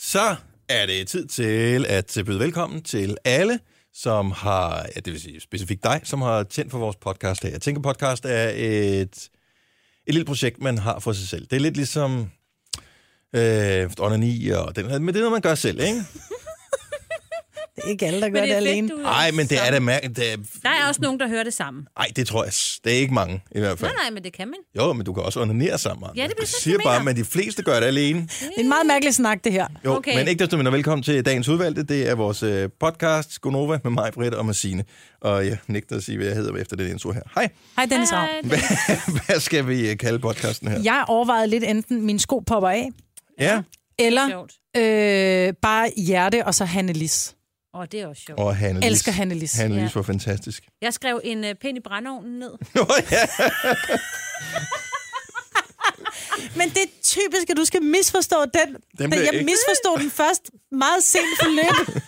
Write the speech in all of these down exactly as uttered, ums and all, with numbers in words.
Så er det tid til at byde velkommen til alle, som har, ja, det vil sige specifikt dig, som har tændt for vores podcast her. Jeg tænker, podcast er et, et lille projekt, man har for sig selv. Det er lidt ligesom øh, onani og den, men det er noget, man gør selv, ikke? Det er ikke alle, der gør det, det alene. Nej, men det er da mærkeligt. Er... Der er også nogen, der hører det sammen. Nej, det tror jeg. Det er ikke mange, i hvert fald. Nej, nej, men det kan man. Jo, men du kan også onanere sammen. Ja, det bliver jeg sådan, siger bare, men de fleste gør det alene. Det er en meget mærkelig snak, det her. Jo, okay. Men ikke desto mindre velkommen til dagens udvalgte. Det er vores øh, podcast, Gonova, med mig, Britt og Marsigne. Og jeg nægter at sige, hvad jeg hedder efter det intro her. Hej. Hej, Dennis Ravn. Hvad, hvad skal vi kalde podcasten her? Jeg overvejede lidt enten min sko popper af, Ja. eller øh, bare hjerte og så Hanne-Lis. Åh, oh, det er også sjovt. Og Hanne-Lis. Elsker Hanne-Lis. Hanne-Lis Ja. var fantastisk. Jeg skrev en uh, pind i brændeovnen ned. Nå, ja. Men det er typisk, at du skal misforstå den. Den den blev jeg ikke- misforstod den først meget sent for løbet.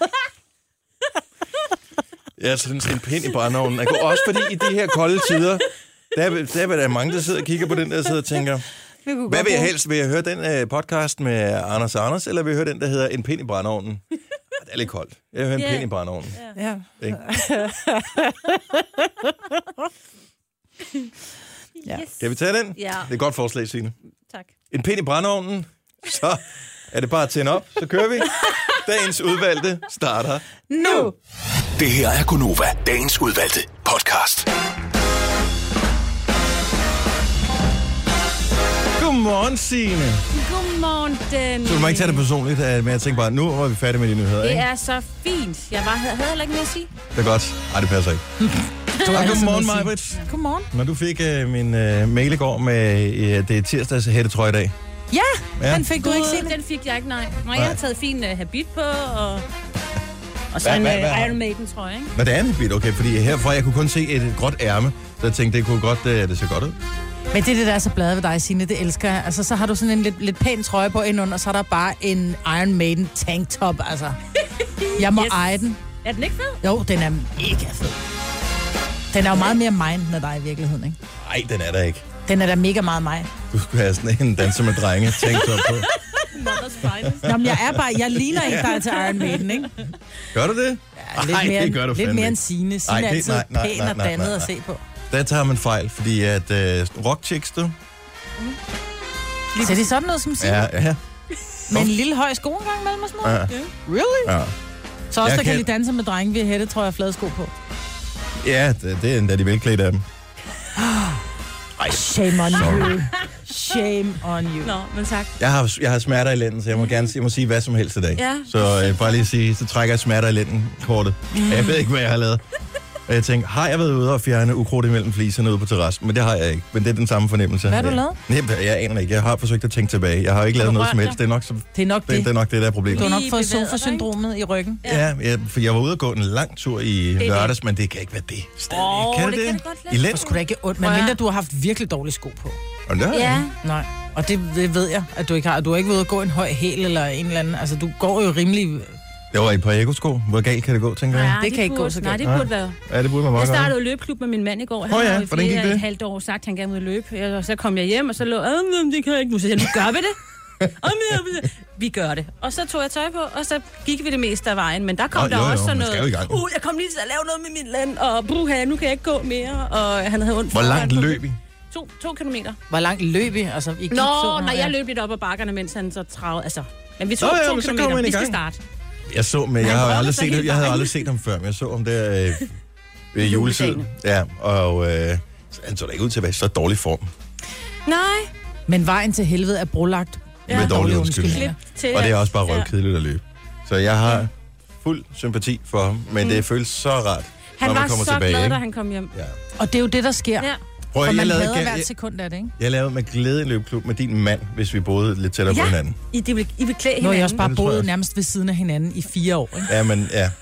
Ja, så den skal en pind i brændeovnen. Jeg går også fordi i de her kolde tider, der er, der er der mange, der sidder og kigger på den, der sidder og tænker, hvad vil jeg helst? Vil jeg høre den uh, podcast med Anders og Anders, eller vil jeg høre den, der hedder En pind i brændeovnen? Det er lidt koldt. Jeg vil høre en Ja. pind i brændeovnen. Ja. Ikke? Ja. Yes. Kan vi tage den? Ja. Det er et godt forslag, Signe. Tak. En pind i brændeovnen, så er det bare at tænde op, så kører vi. Dagens udvalgte starter. Nu! Det her er Gonova, dagens udvalgte podcast. Godmorgen, Signe. Godmorgen, Dennis. Så du må ikke tage det personligt, men jeg tænker bare, nu var vi færdige med de nyheder, Det ikke? er så fint. Jeg var, havde heller ikke mere at sige. Det er godt. Ej, det passer ikke. Og godmorgen, Majbrit. Godmorgen. Når du fik uh, min uh, mail i går med, uh, det er tirsdags hættetrøje i dag. Ja, Ja. den fik du ikke set. Den fik jeg ikke, nej. Nej, Nej. jeg har taget fin uh, habit på, og, og så Hvad- en hvad- hvad uh, har- Iron Maiden, tror jeg, ikke? Men det er en bit, okay, fordi herfra, jeg kunne kun se et gråt ærme, så jeg tænkte, det kunne godt, uh, det ser godt ud. Men det er det, der er så bladet ved dig, Signe. Det elsker jeg. Altså, så har du sådan en lidt, lidt pæn trøje på indenunder, og så er der bare en Iron Maiden tanktop, altså. Jeg må Yes. eje den. Er den ikke fed? Jo, den er mega fed. Den er jo meget mere mig, end dig i virkeligheden, ikke? Nej, den er der ikke. Den er da mega meget mig. Du skulle have sådan en danser med drenge, tænkt op på. Mother's finest. Nå, men jeg er bare, jeg ligner ikke dig til Iron Maiden, ikke? Gør du det? Ja, lidt Ej, mere, det gør du lidt fandme mere end ikke. Signe. Signe Ej, er det- altid nej, nej, pæn nej, og nej, dannet nej, at se på. Der tager man fejl, fordi at uh, rockchicks, du. Ser de sådan noget som Signe? Ja, ja. Med en lille høj sko engang mellem og sådan noget? Ja. Really? Ja, Så også Jeg der kan kan- de danse med drenge ved hætte, tror jeg, flade sko på. ja det, det er endda de velklædt af dem. Ej, Shame on you. Shame on you. Nå, men tak. jeg har, jeg har smerter i lænden, så jeg må gerne jeg må sige hvad som helst i dag. Ja. Så øh, bare lige sige, så trækker jeg smerter i lænden kortet. Mm. Jeg ved ikke, hvad jeg har lavet. Og jeg tænker, har jeg været ude og fjerne ukrudt imellem fliserne ude på terrassen? Men det har jeg ikke. Men det er den samme fornemmelse. Hvad har du Ja. lavet? Nej, jeg aner ikke. Jeg har forsøgt at tænke tilbage. Jeg har ikke lavet du noget som rørt helst. Det er nok, så, Det er nok det, det. det er nok det, der er problemet. Du har nok Lige fået bevæget dig, sofa-syndromet i ryggen. Ja, ja, for jeg var ude og gå en lang tur i det. lørdags, men det kan ikke være det. Stadig. Åh, kan det det kan det? det godt I lidt. lænd? Og skulle da ikke ondt, Prøv at- medmindre du har haft virkelig dårlige sko på. Og det er Ja. Nej. Og det det ved jeg, at du ikke har. Du har ikke været ude at gå en høj hæl eller en eller anden. Altså, du går jo rimelig... Det var et par ekosko. Hvor galt kan det gå, tænker jeg? Ja, Det kan ikke burde, gå så Nej, galt. det Nej. burde være. Ja, det burde man Jeg meget startede gøre. jo løbeklub med min mand i går. Åh ja, har jo i hvordan gik flere- det? et halvt år sagt, at han gerne ville løbe. Og så kom jeg hjem, og så lå, "Åh, men det kan jeg ikke nu." Så jeg, nu gør vi det. "Åh, men jeg- vi gør det. Og så tog jeg tøj på, og så gik vi det meste af vejen. Men der kom Nå, der jo, jo, også sådan man skal jo i noget. gang. Uh, jeg kom lige til at lave noget med min land, og bruha, nu kan jeg ikke gå mere. Og han havde ondt. Hvor foran langt på- løb I? To, to kilometer. Hvor langt løb I? Altså, I gik Nå, så, nej, jeg løb lidt op ad bakkerne, mens han så travede. Altså, men vi tog Nå, ja, to men så kilometer. kommer man i Vi skal gang. starte. Jeg så, men jeg Han har brokkede aldrig sig set ham, hele jeg havde vejen. aldrig set ham før, men jeg så ham der øh, ved juletid. Juledagene. Ja, og øh, han så da ikke ud til at være i så dårlig form. Nej. Men vejen til helvede er brolagt. Ja. Med dårlige undskyldninger. Til, Og det er også bare ja. røvkedeligt at løbe. Så jeg har fuld sympati for ham, men det føles så rart, Han når man var kommer så tilbage. glad, ikke? da han kom hjem. Ja. Og det er jo det, der sker. Ja. Prøv, For at- man jeg, lavede, hader jeg, hvert jeg, sekund af det, ikke? jeg lavede med glæde en løbeklub med din mand, hvis vi boede lidt tættere på Ja. hinanden. I, de vil, I vil klæde Nu hinanden. har jeg også bare det tror jeg boet også. nærmest ved siden af hinanden i fire år, ikke? Ja, men ja.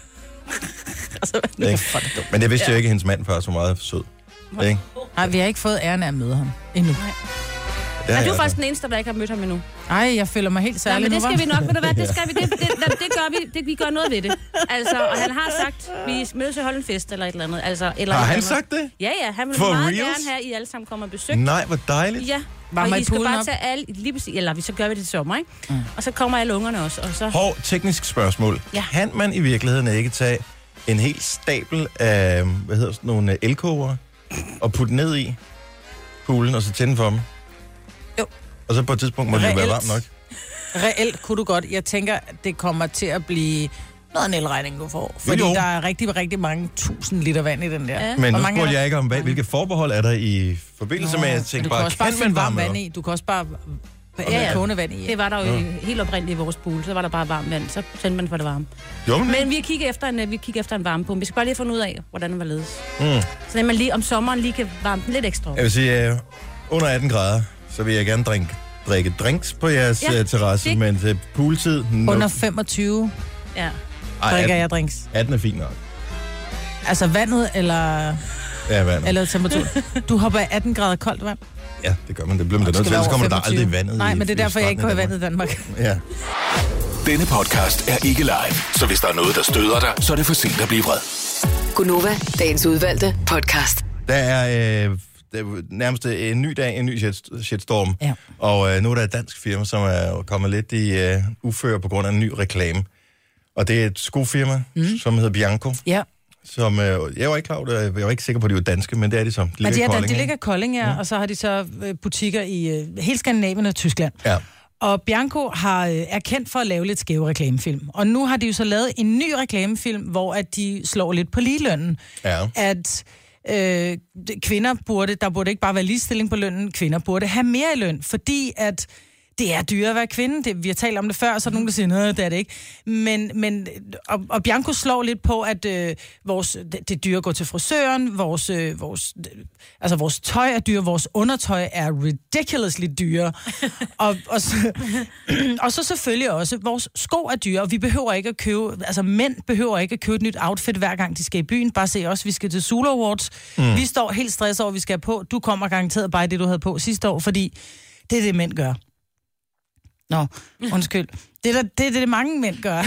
Altså, Ikke? Men det vidste jeg ikke, at hendes mand før så meget sød. Ikke? Nej, vi har ikke fået æren af at møde ham endnu. Det er har du jeg faktisk den eneste, der ikke har mødt ham endnu? Ej, jeg føler mig helt Ja, særlig men det nu, skal hva'? vi nok, ved du hvad, det skal vi, det, det, det, det gør vi, det, vi gør noget ved det. Altså, og han har sagt, vi mødes og holde en fest eller et eller andet. Altså, eller Har et han eller andet. sagt det? Ja, ja, han vil For meget reals? gerne have, at I alle sammen kommer og besøge. Nej, hvor dejligt. Ja, Varmer og I I skal poolen bare op? tage alle, lige præcis, eller vi så gør vi det i sommer, ikke? Mm. Og så kommer alle ungerne også, og så... Hov, teknisk spørgsmål. Ja. Kan man i virkeligheden ikke tage en hel stabel af, hvad hedder sådan nogle elkoger, og putte ned i poolen, og så tænde for dem? Jo. Og så på et tidspunkt må det jo være Reelt. varmt nok. Reelt kunne du godt. Jeg tænker, det kommer til at blive noget af en elregning, du får. Fordi jo. der er rigtig, rigtig mange tusind liter vand i den der. Ja. Men Hvor nu mange er spurgte der? jeg ikke om, hvad, hvilke forbehold er der i forbindelse med, at jeg Men tænkte du kan bare, også bare kan fylde man varmt varme vand op? i. Du kan også bare Ja, ja. kogende vand i. Det var der jo ja. helt oprindeligt i vores pool, så var der bare varmt vand, så tændte man for det varme. Jo, men, Men vi kigger efter en, vi kigger efter en varmepumpe. Vi skal bare lige finde ud af, hvordan den var ledes. mm. Så man lige om sommeren lige kan varme den lidt ekstra op. Jeg vil sige, uh, under atten grader, så vil jeg gerne drikke, drikke drinks på jeres Ja, ja, terrasse, det- men til pooltid... No. Under femogtyve Ja. Ej, drikker atten, jeg drinks. atten er fint nok. Altså vandet eller, Ja, vand. eller temperatur. Du hopper i atten grader koldt vand. Ja, det gør man. Det bliver man da Det nødt skal til, ellers være kommer der over aldrig femogtyve. vandet Nej, i- men det i er derfor, jeg ikke går i stranden vandet i Danmark. Ja. Denne podcast er ikke live, så hvis der er noget, der støder dig, så er det for sent at blive vred. Gunova, dagens udvalgte podcast. Der er, øh, der er nærmest en ny dag, en ny shit- shitstorm. Ja. Og øh, nu er der et dansk firma, som er kommet lidt i øh, ufør på grund af en ny reklame. Og det er et skofirma, mm. som hedder Bianco. Ja. Som, øh, jeg var ikke klar over det, jeg var ikke sikker på, at de var danske, men det er de så. De Men de, er, i der, Kolding, de ikke? ligger i Kolding, ja, mm. og så har de så øh, butikker i øh, hele Skandinavien og Tyskland. Ja. Og Bianco har, øh, er kendt for at lave lidt skæve reklamefilm. Og nu har de jo så lavet en ny reklamefilm, hvor at de slår lidt på ligelønnen. Ja. At øh, kvinder burde, der burde ikke bare være ligestilling på lønnen, kvinder burde have mere i løn, fordi at det er dyre at være kvinde. Det, vi har talt om det før, så er der nogen, der siger, nej, det er det ikke. Men, men, og, og Bianco slår lidt på, at øh, vores, det, det er dyre at gå til frisøren, vores, øh, vores, altså vores tøj er dyre, vores undertøj er ridiculously dyre. og, og, så, og så selvfølgelig også, vores sko er dyre, og vi behøver ikke at købe, altså mænd behøver ikke at købe et nyt outfit hver gang de skal i byen. Bare se os, vi skal til Zulu Awards. Mm. Vi står helt stresset over, vi skal have på. Du kommer garanteret bare i det, du havde på sidste år, fordi det er det, mænd gør. Nå, undskyld. Det er det, det, det mange mænd gør.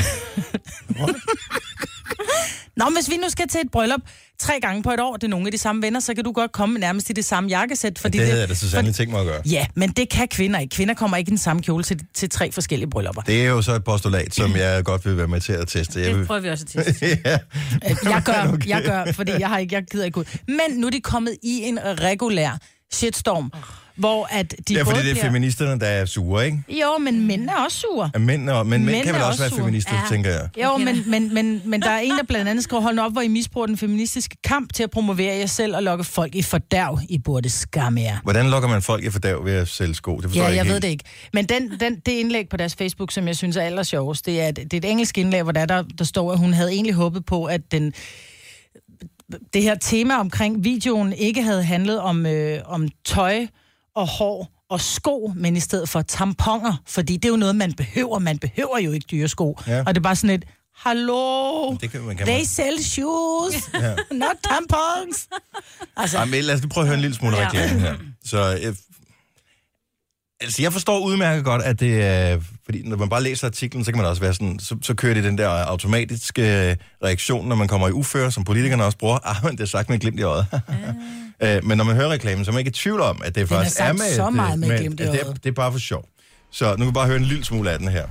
Nå, men hvis vi nu skal til et bryllup tre gange på et år, det er nogle af de samme venner, så kan du godt komme nærmest i det samme jakkesæt. Fordi Det havde jeg da så sandelig tænkt mig at gøre. Ja, men det kan kvinder ikke. Kvinder kommer ikke i den samme kjole til, til tre forskellige bryllupper. Det er jo så et postulat, som jeg godt vil være med til at teste. Jeg Det vil... prøver vi også at teste. ja. Jeg gør, Okay. jeg gør, fordi jeg har ikke, jeg gider ikke ud. Men nu er de kommet i en regulær shitstorm, hvor at de Ja, både fordi det er bliver... feministerne, der er sure, ikke? Jo, men mænd er også sure. Ja, mænd, og, men mænd Mænd kan vel er også også være sure. feminister, Ja. tænker jeg. Jo, Okay. men, men, men, men der er en, der blandt andet skriver, hold nu op, hvor I misbruger den feministiske kamp til at promovere jer selv og lokke folk i fordærv. I burde skamme jer. Hvordan lukker man folk i fordærv ved at sælge sko? Det forstår Ja, jeg jeg ikke ved det ikke. Men den, den, det indlæg på deres Facebook, som jeg synes er aller sjovest, det er, et- det er et engelsk indlæg, hvor der, der, der står, at hun havde egentlig håbet på, at den, det her tema omkring videoen ikke havde handlet om, øh, om tøj og hår og sko, men i stedet for tamponer, fordi det er jo noget, man behøver. Man behøver jo ikke dyre sko. Ja. Og det er bare sådan et, hallo, Det kan man, kan they man. sell shoes, Ja. not tampons. Altså, Ej, men lad os lige prøve at høre en lille smule Ja. reklame her. Så, jeg, altså, jeg forstår udmærket godt, at det er... Fordi når man bare læser artiklen, så kan man også være sådan... Så, så kører det den der automatiske reaktion, når man kommer i uføre, som politikerne også bruger. Ah, men det er sagt med et glimt i øjet. Øh, men når man hører reklamen, så er man ikke i tvivl om, at det er faktisk er, sagt med... så et, meget med med- et glimt i at det, er, øjet. det er bare for sjov. Så nu kan vi bare høre en lille smule af den her.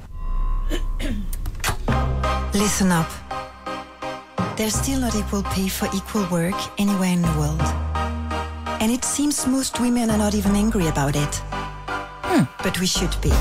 Listen up. There's still not equal pay for equal work anywhere in the world. And it seems most women are not even angry about it. Hmm. But we should be.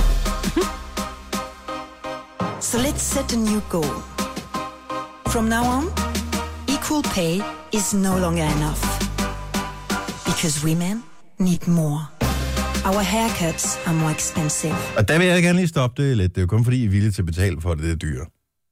So let's set a new goal. From now on, equal pay is no longer enough. Because women need more. Our haircuts are more expensive. Og der vil jeg gerne lige stoppe det lidt. Det er jo kun fordi, I er villige til at betale for det, det er dyre.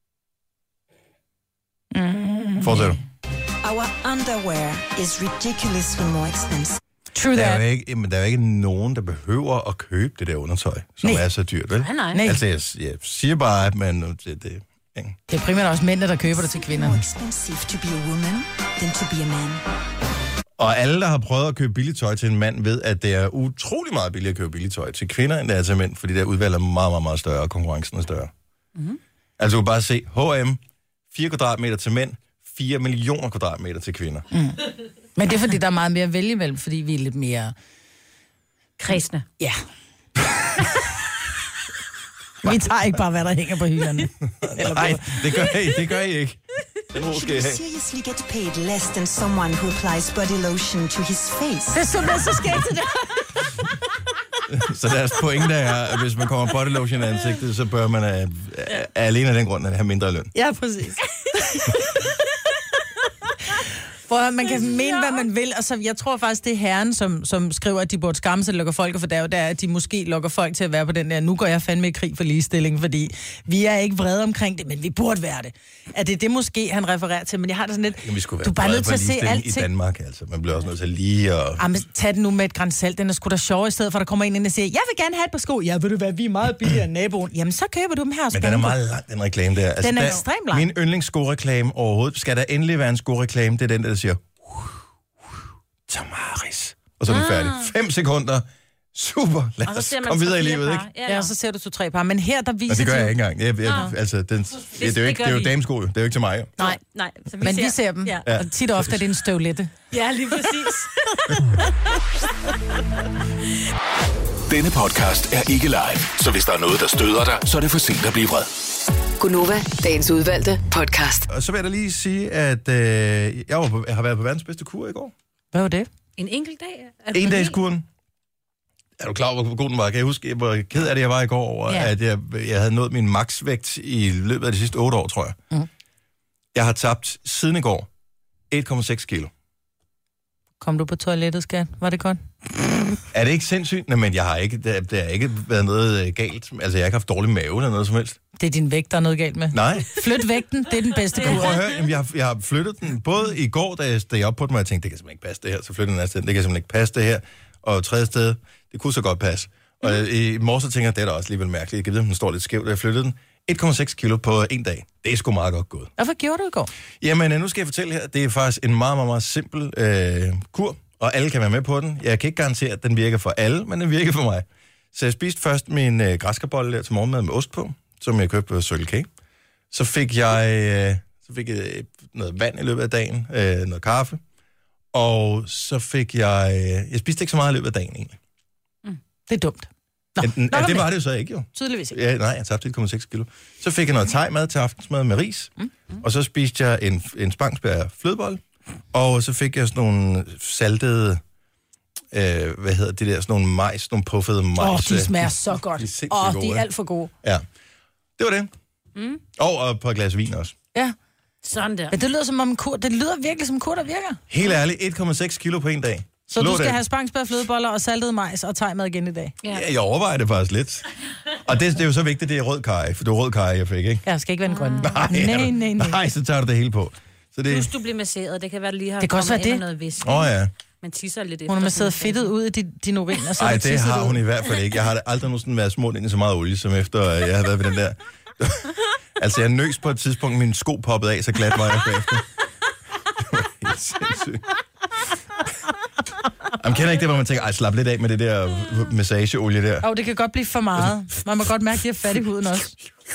Mm. Fortsæt. Our underwear is ridiculously more expensive. true Der er, that. jo ikke, men der er jo ikke nogen, der behøver at købe det der undertøj, som Nej. er så dyrt, vel? Nej, nej. Nej. Altså, jeg, jeg siger bare, at man... Det, det, ikke? Det er primært også mændene, der køber det til More kvinderne. expensive to be a woman than to be a man. Og alle, der har prøvet at købe billigt tøj til en mand, ved, at det er utrolig meget billigere at købe billigt tøj til kvinder, end det er til mænd, fordi der udvalget er meget, meget, meget større, og konkurrencen er større. Mm-hmm. Altså, du kan bare se H og M, fire kvadratmeter til mænd, fire millioner kvadratmeter til kvinder. Mm. Men det er fordi, der er meget mere at vælge imellem, fordi vi er lidt mere... Kredsende. Ja. Vi tager ikke bare, hvad der hænger på hylderne. Nej, det gør I, det gør I ikke. Det må Should you seriously get paid less than someone who applies body lotion to his face? Det er simpelthen så skægt til det. Så deres pointe er, at hvis man kommer body lotion i ansigtet, så bør man af, af, alene af den grund at have mindre løn. Ja, præcis. For man kan mene, hvad man vil, og så jeg tror faktisk, det er herren, som, som skriver, at de burde skamme sig, lukker folk, for der er at de måske lukker folk til at være på den der, nu går jeg fandme i krig for ligestilling, fordi vi er ikke vrede omkring det, men vi burde være det. Er det det måske, han refererer til? Men jeg har det sådan lidt, Jamen, vi skulle være du er bare nødt til at se ligestilling alt i Danmark, altså. Man bliver også nødt til lige at... Jamen, tag den nu med et gran salt, den er sgu da sjov, i stedet for, at der kommer en ind og siger, jeg vil gerne have et par sko. Ja, ved du hvad, vi er meget billigere end naboen. Jamen, så køber du dem her. Men den er meget lang, den reklame der. Altså, Den er der, ekstremt lang. Min yndlingsskoreklame overhovedet, skal der endelig være en skoreklame, det er den, der siger... Tamaris. Og så er du færdig. Fem sekunder. Super. Lad os komme videre i livet, ikke? Ja, og så ser du to-tre par. Men her, der viser... Og det gør de- jeg ikke engang. Jeg, jeg, altså, den, det, det, er jo ikke, det er jo damesko, jo. Det er jo ikke til mig, jo. Nej, Nej, så vi men ser, vi ser dem. Ja, Ja. Og tit og ofte er det en støvlette. ja lige præcis. Denne podcast er ikke live, så hvis der er noget, der støder dig, så er det for sent at blive vred. Gunova, dagens udvalgte podcast. Og så vil jeg da lige sige, at øh, jeg, var på, jeg har været på verdens bedste kur i går. Hvad var det? En enkelt dag? Er du En på dags ni? kuren. Er du klar over, hvor god den var? Kan jeg huske, hvor ked af det, jeg var i går over, Ja. at jeg, jeg havde nået min maksvægt i løbet af de sidste otte år, tror jeg. Mm. Jeg har tabt siden i går en komma seks kilo. Kom du på toilettet, skat? Var det godt? Er det ikke sindssygt? Nej, men jeg har ikke, der, der har ikke været noget øh, galt. Altså, jeg har ikke haft dårlig mave eller noget som helst. Det er din vægt, der er noget galt med. Nej. Flyt vægten, det er den bedste kur. Prøv at høre, jamen, jeg, har, jeg har flyttet den både i går, da jeg steg op på den, og jeg tænkte, det kan simpelthen ikke passe det her. Så flyttede den afsted, det kan simpelthen ikke passe det her. Og tredje sted, det kunne så godt passe. Og mm. i morges så tænker jeg, det er da også alligevel mærkeligt. Jeg ved, om den står lidt skævt, da jeg flyttede den. en komma seks kilo på en dag. Det er sgu meget godt gået. Og hvad gjorde du i går? Jamen, nu skal jeg fortælle her, det er faktisk en meget, meget, meget simpel øh, kur, og alle kan være med på den. Jeg kan ikke garantere, at den virker for alle, men den virker for mig. Så jeg spiste først min øh, græskarbolle der til morgenmad med ost på, som jeg købte på Circle K. Så fik jeg, øh, så fik jeg noget vand i løbet af dagen, øh, noget kaffe, og så fik jeg... Øh, jeg spiste ikke så meget i løbet af dagen, egentlig. Det er dumt. Nå, En, Nå ja, det men- var det jo så ikke, jo. Tydeligvis ikke. Ja, nej, jeg tabte en komma seks kilo. Så fik jeg noget thai-mad til aftensmad med ris, mm. og så spiste jeg en, en spangsbær flødebolle, og så fik jeg sådan nogle saltede, øh, hvad hedder det der, sådan nogle majs, nogle puffede majs. Åh, oh, de øh, smager så godt. De er sindssygt Åh, oh, gode, de er ikke? alt for gode. Ja, det var det. Mm. Og, og på et glas vin også. Ja, Sådan der. men det lyder som om en kur. Det lyder virkelig som en kur, der virker. Helt ærligt, en komma seks kilo på en dag. Så Slå du skal den. have spangsbær, flødeboller og saltet majs og thai-mad igen i dag. Ja. Ja, jeg overvejer det faktisk lidt. Og det, det er jo så vigtigt, det er rød kaj, for det var rød kaj, jeg fik, ikke? Ja, skal ikke være en grøn. Nej, nej, nej, nej. nej, så tager du det hele på. Så det... Plus du bliver masseret. Det kan være, du lige har Det kan også kommet være ind det. med noget væske. Åh oh, ja. Man tisser lidt Hun har efter masseret sådan en fedtet ud i din, din urin, og så Nej, er det tisset har ud. hun i hvert fald ikke. Jeg har aldrig nogensinde været smurt ind i så meget olie, som efter øh, jeg har været ved den der. Altså, jeg nøs på et tidspunkt, min sko poppede af, så glat var jeg bagefter. Det var helt sindssygt. Jamen, kender ikke det, hvor man tænker, ej, slap lidt af med det der massageolie der. Og det kan godt blive for meget. Man må godt mærke, at de har fat i huden også.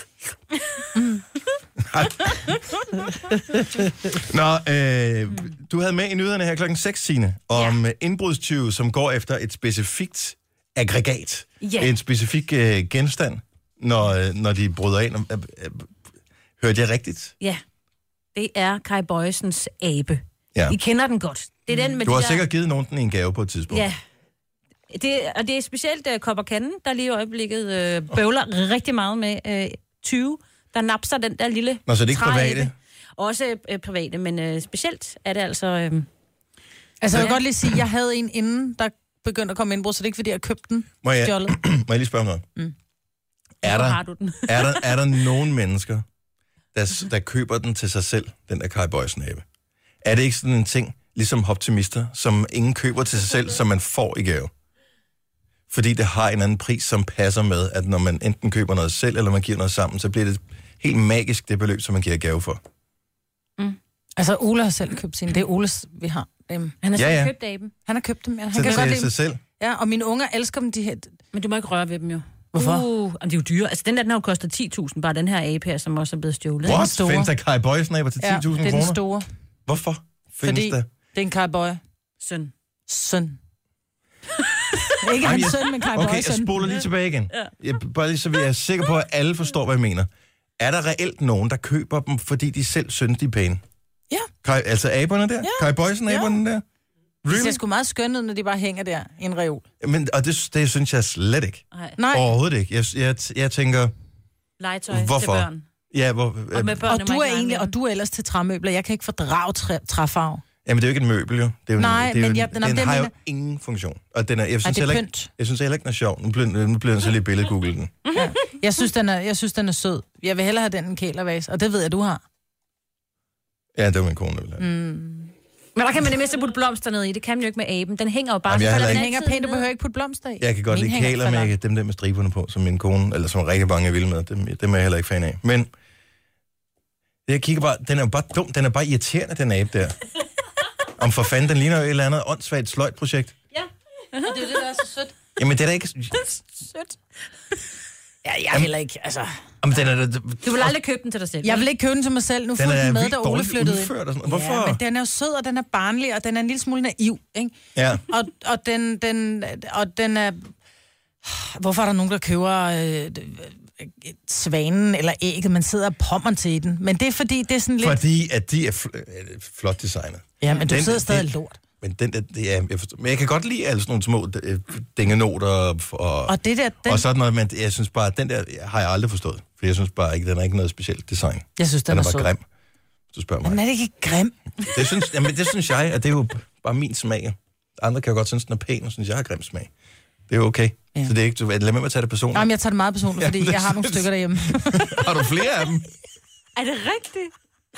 Nå, øh, du havde med i nyhederne her klokken seks, Signe, om ja. indbrudstyve, som går efter et specifikt aggregat. Ja. En specifik øh, genstand, når, øh, når de bryder ind. Øh, øh, hørte jeg rigtigt? Ja, det er Kai Bøjsens abe. Ja. I kender den godt. Det er den med Du de har der... sikkert givet nogen den i en gave på et tidspunkt. Ja. Det, og det er specielt uh, Kop og Kanden, der lige i øjeblikket uh, bøvler rigtig meget med uh, tyve, der napser den der lille Nå, så det er ikke træabe. private? Også uh, private, men uh, specielt er det altså... Uh, Altså, jeg vil Ja. godt lige sige, at jeg havde en inden, der begyndte at komme indbrud, så det er ikke, fordi jeg købte den Må jeg, stjålet. må jeg lige spørge om noget? Mm. Er, hvor der, har du den? er, der, er der nogen mennesker, der, der køber den til sig selv, den der Kai Bøjsen-abe? Er det ikke sådan en ting, ligesom optimister, som ingen køber til sig selv, som man får i gave? Fordi det har en anden pris, som passer med, at når man enten køber noget selv, eller man giver noget sammen, så bliver det helt magisk, det beløb, som man giver gave for. Altså, Ole har selv købt sin. Det er Oles, vi har dem. Han har Ja, ja, ja. ja. købt aben. Han har købt dem, ja. Han Så kan det godt er lide sig dem. selv. Ja, og mine unger elsker dem, de her. Men du må ikke røre ved dem jo. Hvorfor? Uh, jamen, de er jo dyre. Altså, den der, den har jo kostet ti tusind, bare den her abe her, som også er blevet stjålet. What? store. Findes der Kai Bøjsen-aber til Ja, ti tusind det er den kroner? store. Hvorfor findes Fordi der? det er en karboy. Søn. Søn. Ikke hans søn, men Kai Okay, Boysen. jeg spoler lige tilbage igen. Jeg, bare lige så vi er sikre på, at alle forstår, hvad jeg mener. Er der reelt nogen, der køber dem, fordi de selv synes, de er pæne? Ja. Kai, altså aberne der? Ja. Kai Boysen, Ja. aberne der? De Really? ser sgu meget skønne ud, når de bare hænger der i en reol. Men, og det, det synes jeg slet ikke. Nej. Nej. Overhovedet ikke. Jeg, jeg, jeg tænker, Legetøj til hvorfor? børn. Ja, hvor, Og med børn, Og du er egentlig, og du er ellers til træmøbler. Jeg kan ikke fordrage træ, træfarve. Jamen, det er jo ikke et møbel, jo. Det er jo Nej, en, det er men jo, jeg- den, nå, den det har jo mener- ingen funktion. Og den er, jeg, synes Ej, det er heller ikke, pynt. jeg synes heller ikke, den er sjov. Nu bliver, nu bliver den så lige billedgoogle den. Ja. Jeg, synes, den er, jeg synes, den er sød. Jeg vil hellere have den en kælervase, og det ved jeg, du har. Ja, det var min kone, der ville have. Mm. Men der kan man det mindste putte blomster ned i. Det kan man jo ikke med aben. Den hænger jo bare. Jamen, jeg så er falder heller Den ikke- altid hænger pænt, du ned. behøver ikke putte blomster i. Jeg kan godt Min lide hænger kæler falder. med dem der med striberne på, som min kone, eller som rigtig mange er vilde med. Dem, dem er jeg heller ikke fan af. Men jeg kigger bare, den er jo bare dum. Den er bare irriterende, den abe der. Om for fanden, den ligner jo et eller andet åndssvagt sløjtprojekt. Ja. Og det er jo det, der er så sødt. Jamen, det er da ikke... Sødt. Ja, jeg er heller ikke, altså... Jamen, den er da... Du vil aldrig købe den til dig selv. Jeg vil ikke købe den til mig selv. Nu Den får er den med, vildt da Ole dårligt flyttede ind. udført og sådan noget. Hvorfor? Ja, men den er jo sød, og den er barnlig, og den er en lille smule naiv, ikke? Ja. Og, og, den, den, og den er... Hvorfor er der nogen, der køber øh, svanen eller ægget? Man sidder og pommer til i den. Men det er fordi, det er sådan lidt... Fordi at de er fl- øh, flot designet. Ja, men du Den- sidder stadig den- lort. Men den der, det er, jeg forstår, men jeg kan godt lide alle sådan nogle små øh, dingenoter og, og, Og det der, den, og sådan noget, men jeg synes bare, at den der har jeg aldrig forstået. For jeg synes bare ikke, den er ikke noget specielt design. jeg synes, den, Den er er bare sød. grim, hvis du spørger mig. Men er det ikke grim? Det synes, jamen, det synes jeg, at det er jo bare min smag. Andre kan jo godt synes, den er pæn, og synes, jeg har grim smag. Det er jo okay. Ja. Ja. Så det er ikke, du, lad være med at tage det personligt. Nej, men jeg tager det meget personligt, Ja, fordi det jeg har nogle synes- stykker derhjemme. Har du flere af dem? Er det rigtigt?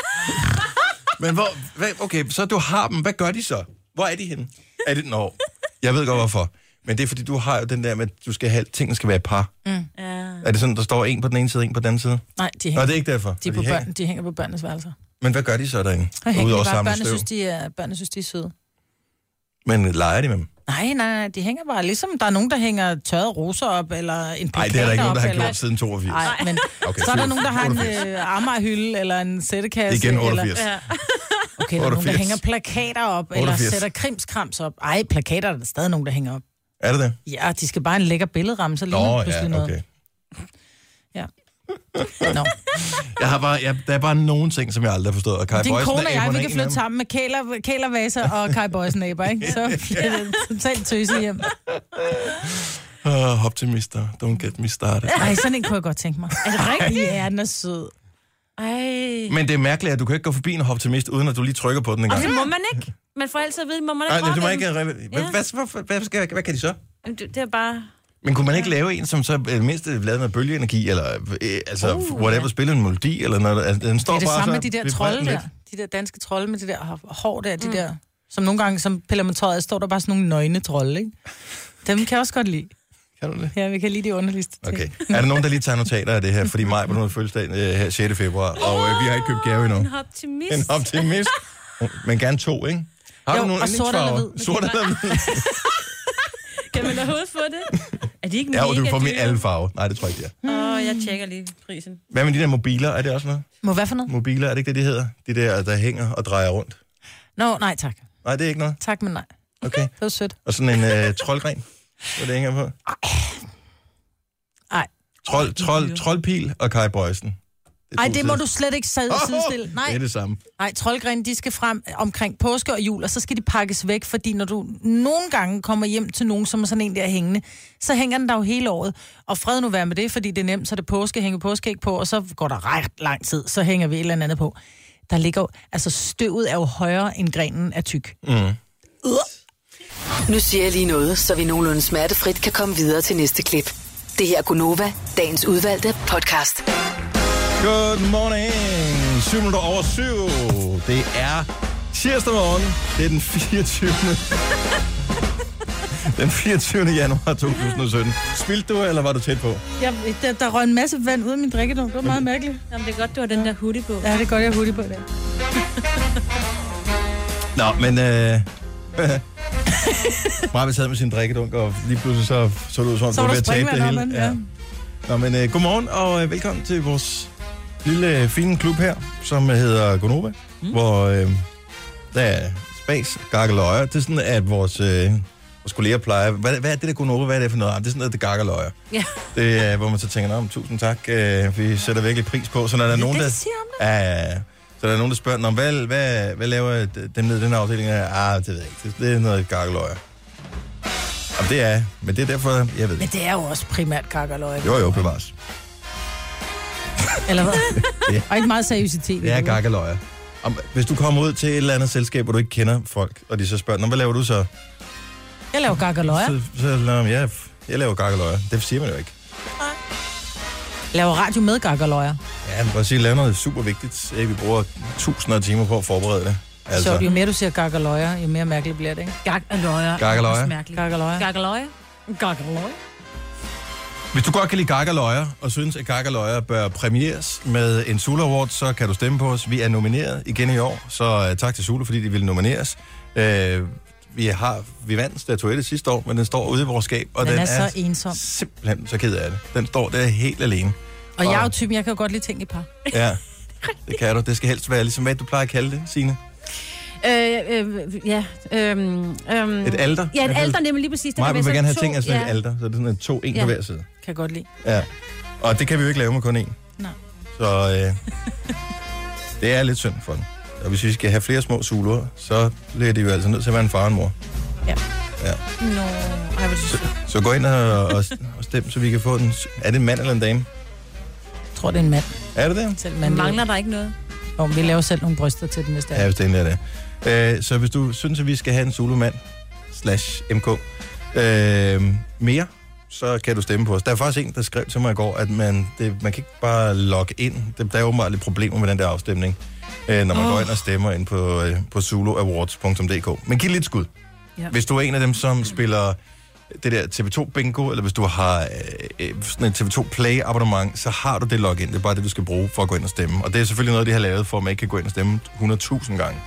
Men hvor, hvad, okay, så du har dem. Hvad gør de så? Hvor er de henne? Er det, nå, jeg ved godt hvorfor. Men det er fordi, du har jo den der med, at du skal have, tingene skal være et par. Ja. Er det sådan, der står en på den ene side, en på den anden side? Nej, de Nå, hænger, det er ikke derfor. de, er for på hænger. børn, de hænger på børnenes værelser. Men hvad gør de så derinde? Og hænger Udover de bare, samle børnene støv. synes, de er, børnene synes, de er søde. Men leger de med dem? Nej, nej, nej, de hænger bare. Ligesom der er nogen, der hænger tørrede roser op, eller en Nej, plakat det er der ikke nogen, der har op, eller... gjort siden toogfirs. Nej, men Okay, så er der nogen, der har en otteogfirs. øh, Amagerhylde, eller en sættekasse. Igen otteogfirs. Eller, okay, der er nogen, der otteogfirs. hænger plakater op, eller otteogfirs. sætter krimskrams op. Ej, plakater er der stadig nogen, der hænger op. Er det det? Ja, de skal bare en lækker billedramme, så ligner Nå, det pludselig ja, noget. okay. Ja. Nå. Jeg har bare, jeg, der er bare nogle ting, som jeg aldrig har forstået. Og Kai Din Boysen kone er og jeg, aberne vi en kan af flytte dem. sammen med kæler, kælervaser og Kai Boysen aber, ikke? Så bliver det totalt tøse hjem. Uh, optimister, don't get me started. Ej, sådan en kunne jeg godt tænke mig. Er det rigtigt? Ja, den er sød. Ej. Men det er mærkeligt, at du kan ikke gå forbi en optimist, uden at du lige trykker på den en Og gang. det må man ikke. Man får altid at vide, må man Nej, ikke det, du må røre ikke... dem. Hvad, Ja. hvad, hvad, hvad, skal, hvad kan de så? Jamen, det det er bare... Men kunne man ikke lave en, som så øh, mindst er lavet med bølgeenergi, eller øh, altså Uh, whatever, ja. spille en melodi, eller noget? Altså, den står Det er det bare samme så med de der vibrerer trolde den der. lidt. De der danske trolde med de der hår der, de der... Som nogle gange, som piller med tøjet, står der bare sådan nogle nøgne trolde, ikke? Dem kan jeg også godt lide. Kan du det? Ja, vi kan lide de underligste ting. Okay. Er der nogen, der lige tager notater af det her? Fordi mig på noget fødselsdag øh, her sjette februar, og øh, vi har ikke købt gave endnu. En optimist. En optimist. Men gerne to, ikke? Har Jo, du nogle og sort eller yndlingsfarver? hvid. Sort eller hvid? Kan man da overhovedet få det? Er de ikke Ja, og du mega får med dyre? alle farver. Nej, det tror jeg ikke, det er. Åh, oh, jeg tjekker lige prisen. Hvad med de der mobiler? Er det også noget? Må hvad for noget? Mobiler, er det ikke det, de hedder? De der, der hænger og drejer rundt. Nå, nej tak. Nej, det er ikke noget. Tak, men nej. Okay. Det var sødt. Og sådan en øh, troldgren, hvor det hænger på. Ej. Trold, trold, troldpil og Kai Boysen. er Ej, to det må sider. du slet ikke sidde sidestille. Det Nej, er det samme. nej, troldgrene, de skal frem omkring påske og jul, og så skal de pakkes væk, fordi når du nogle gange kommer hjem til nogen, som er sådan en der hængende, så hænger den der jo hele året. Og fred nu være med det, fordi det er nemt, så er det påske, hænger påskeæg på, og så går der ret lang tid, så hænger vi et eller andet på. Der ligger jo, altså støvet er jo højere end grenen er tyk. Mm. Nu siger jeg lige noget, så vi nogenlunde smertefrit kan komme videre til næste klip. Det her er Gunova, dagens udvalgte podcast. Good morning. syv minutter over syv. Det er tirsdag morgen. Det er den fireogtyvende Den fireogtyvende januar to tusind og sytten. Spilte du, eller var du tæt på? Jeg, der, der røg en masse vand ud af min drikkedunk. Det var meget mærkeligt. Jamen, det er godt, du har den der hoodie på. Ja, det er godt, jeg har hoodie på i dag. Nå, men... Øh... Maja sad med sin drikkedunk, og lige pludselig så, så det ud som om, Så du var var ved der at tabe det springvand hele. om, ja. Nå, men øh, godmorgen, og øh, velkommen til vores lille øh, fine klub her, som øh, hedder Gonova, mm. hvor øh, der er spas, gakkel og øjer. Det er sådan, at vores, øh, skulle lære pleje. Hvad, hvad er det der Gonova? Hvad er det for noget? Det er sådan noget, det gakkerløjer. Ja. Det er, hvor man så tænker, om tusind tak, øh, vi sætter virkelig pris på. Så når der er nogen, det, der... siger om det? Ja, så der er nogen, der spørger, hvad, hvad, hvad laver dem ned i den her afdeling? Ah, det ved jeg ikke. Det er noget gakkerløjer. Jamen, det er, men det er derfor, jeg ved. Men det er jo også primært gakkerløg. Jo, jo, bevares. Eller hvad? Ja. Og ikke meget seriøsitet. Det er gakkerløjer. Hvis du kommer ud til et eller andet selskab, hvor du ikke kender folk, og de så spørger, hvad laver du så? Jeg laver gakkerløjer. Så, så ja, jeg laver gakkerløjer. Det siger man jo ikke. Jeg laver radio med gakkerløjer. Ja, men bare sige, lave noget super vigtigt. Vi bruger tusinder af timer på at forberede det. Altså. Så jo mere du siger gakkerløjer, jo mere mærkeligt bliver det, ikke? Gakkerløjer. Gakkerløjer. Gakkerløjer. Gakkerløjer. Gakkerløjer. Hvis du godt kan lide gakkerløjer, og synes, at gakkerløjer bør præmieres med en Zulu Award, så kan du stemme på os. Vi er nomineret igen i år, så uh, tak til Zulu, fordi de ville nomineres. Uh, vi har vi vandt statuette sidste år, men den står ude i vores skab, og den, den er, er så ensom. Simpelthen så ked af det. Den står der helt alene. Og, og jeg er jo typen, jeg kan jo godt lide ting i par. Ja, det kan du. Det skal helst være ligesom, hvad du plejer at kalde det, Signe. Øh, øh, ja. Øh, øh, et alter? Ja, et alter, nemlig lige præcis. Det Maja vil gerne have to, ting af sådan ja. et alter, så det er sådan en to, en ja. på hver side. Kan jeg godt lide. Ja, og det kan vi jo ikke lave med kun én. Nej. Så øh, det er lidt synd for den. Og hvis vi skal have flere små zuluer, så bliver det jo altså nødt til at være en far og en mor. Ja. Ja. Nå, ej, så, så gå ind og, og, og stem, så vi kan få den. Er det en mand eller en dame? Jeg tror, det er en mand. Er det det? Selv mand. Mangler der ikke noget? Og vi laver selv nogle bryster til den, hvis det er. Ja, hvis det er det. Øh, så hvis du synes, at vi skal have en Zulu-mand slash M K øh, mere, så kan du stemme på os. Der er faktisk en, der skrev til mig i går, at man, det, man kan ikke bare logge ind. Det, der er åbenbart lidt problemer med den der afstemning, øh, når man oh. går ind og stemmer ind på, øh, på zulu awards punktum d k. Men giv lidt skud. Ja. Hvis du er en af dem, som spiller det der T V to bingo, eller hvis du har øh, sådan et T V to Play abonnement, så har du det login. Det er bare det, du skal bruge for at gå ind og stemme. Og det er selvfølgelig noget, de har lavet, for at man ikke kan gå ind og stemme hundrede tusind gange.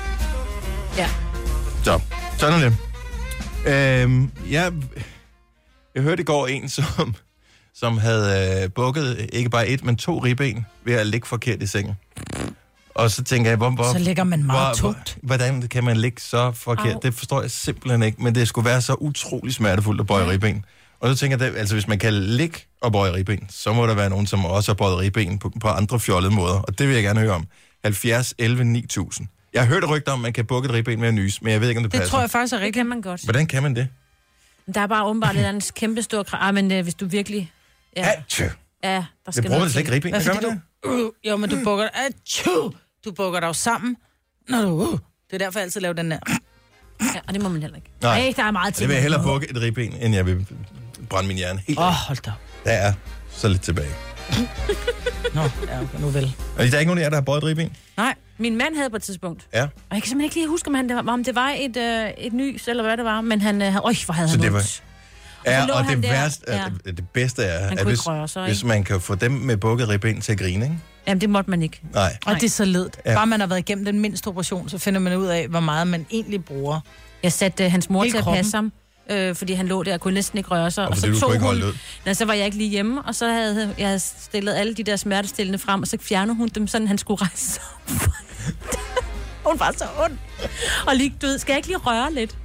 Ja. Så, sådan er det. Øhm, jeg, jeg hørte i går en, som, som havde øh, bukket ikke bare et, men to ribben ved at ligge forkert i sengen. Og så tænker jeg, hvor, hvor, så ligger man meget hvor, tungt. Hvordan kan man ligge så forkert? Au. Det forstår jeg simpelthen ikke, men det skulle være så utrolig smertefuldt at bøje ja. ribben. Og så tænker jeg, altså hvis man kan ligge og bøje ribben, så må der være nogen, som også har bøjet ribben på, på andre fjollede måder. Og det vil jeg gerne høre om. halvfjerds elleve ni tusind. Jeg har hørt rygter om, at man kan bukke et ribben med at nyse, men jeg ved ikke, om det, det passer. Det tror jeg faktisk er rigtigt. Det kan man godt. Hvordan kan man det? Der er bare åbenbart et andet kæmpe stor krav. Ah, men øh, hvis du virkelig... Ja, ja der skal det bruger man slet ikke ribben. Hvad gør man det? Uh, jo, men du bukker... Uh, du bukker dig jo sammen, når du... Uh, det er derfor, jeg altid laver den der... Ja, og det må man heller ikke. Nej, Ej, der er meget til. Det vil jeg hellere bukke et ribben, end jeg vil brænde min hjerne helt. Åh, oh, hold da. Der er så lidt tilbage. Nå, ja, okay, nu vel. Og der er ikke nogen af jer, der har bøjet ribben? Nej, min mand havde på et tidspunkt. Ja. Og jeg kan simpelthen ikke lige huske, om, han, det var, om det var et, øh, et nys, eller hvad det var. Men han... Øh, øj, hvor havde så han det var... ondt. Ja, og det der, værste, ja. det bedste er, at hvis, sig, hvis man kan få dem med bukket ribben til at grine, ikke? Jamen, det måtte man ikke. Nej. Og det er så ledt. Ja. Bare man har været igennem den mindste operation, så finder man ud af, hvor meget man egentlig bruger. Jeg satte uh, hans mor Helt til at kroppen. passe ham, øh, fordi han lå der og kunne næsten ikke røre sig. Og, og så det, tog hun... hun... Nej, så var jeg ikke lige hjemme, og så havde jeg havde stillet alle de der smertestillende frem, og så fjernede hun dem, sådan han skulle rejse sig. Hun var så ond. Og lige død. Skal jeg ikke lige røre lidt?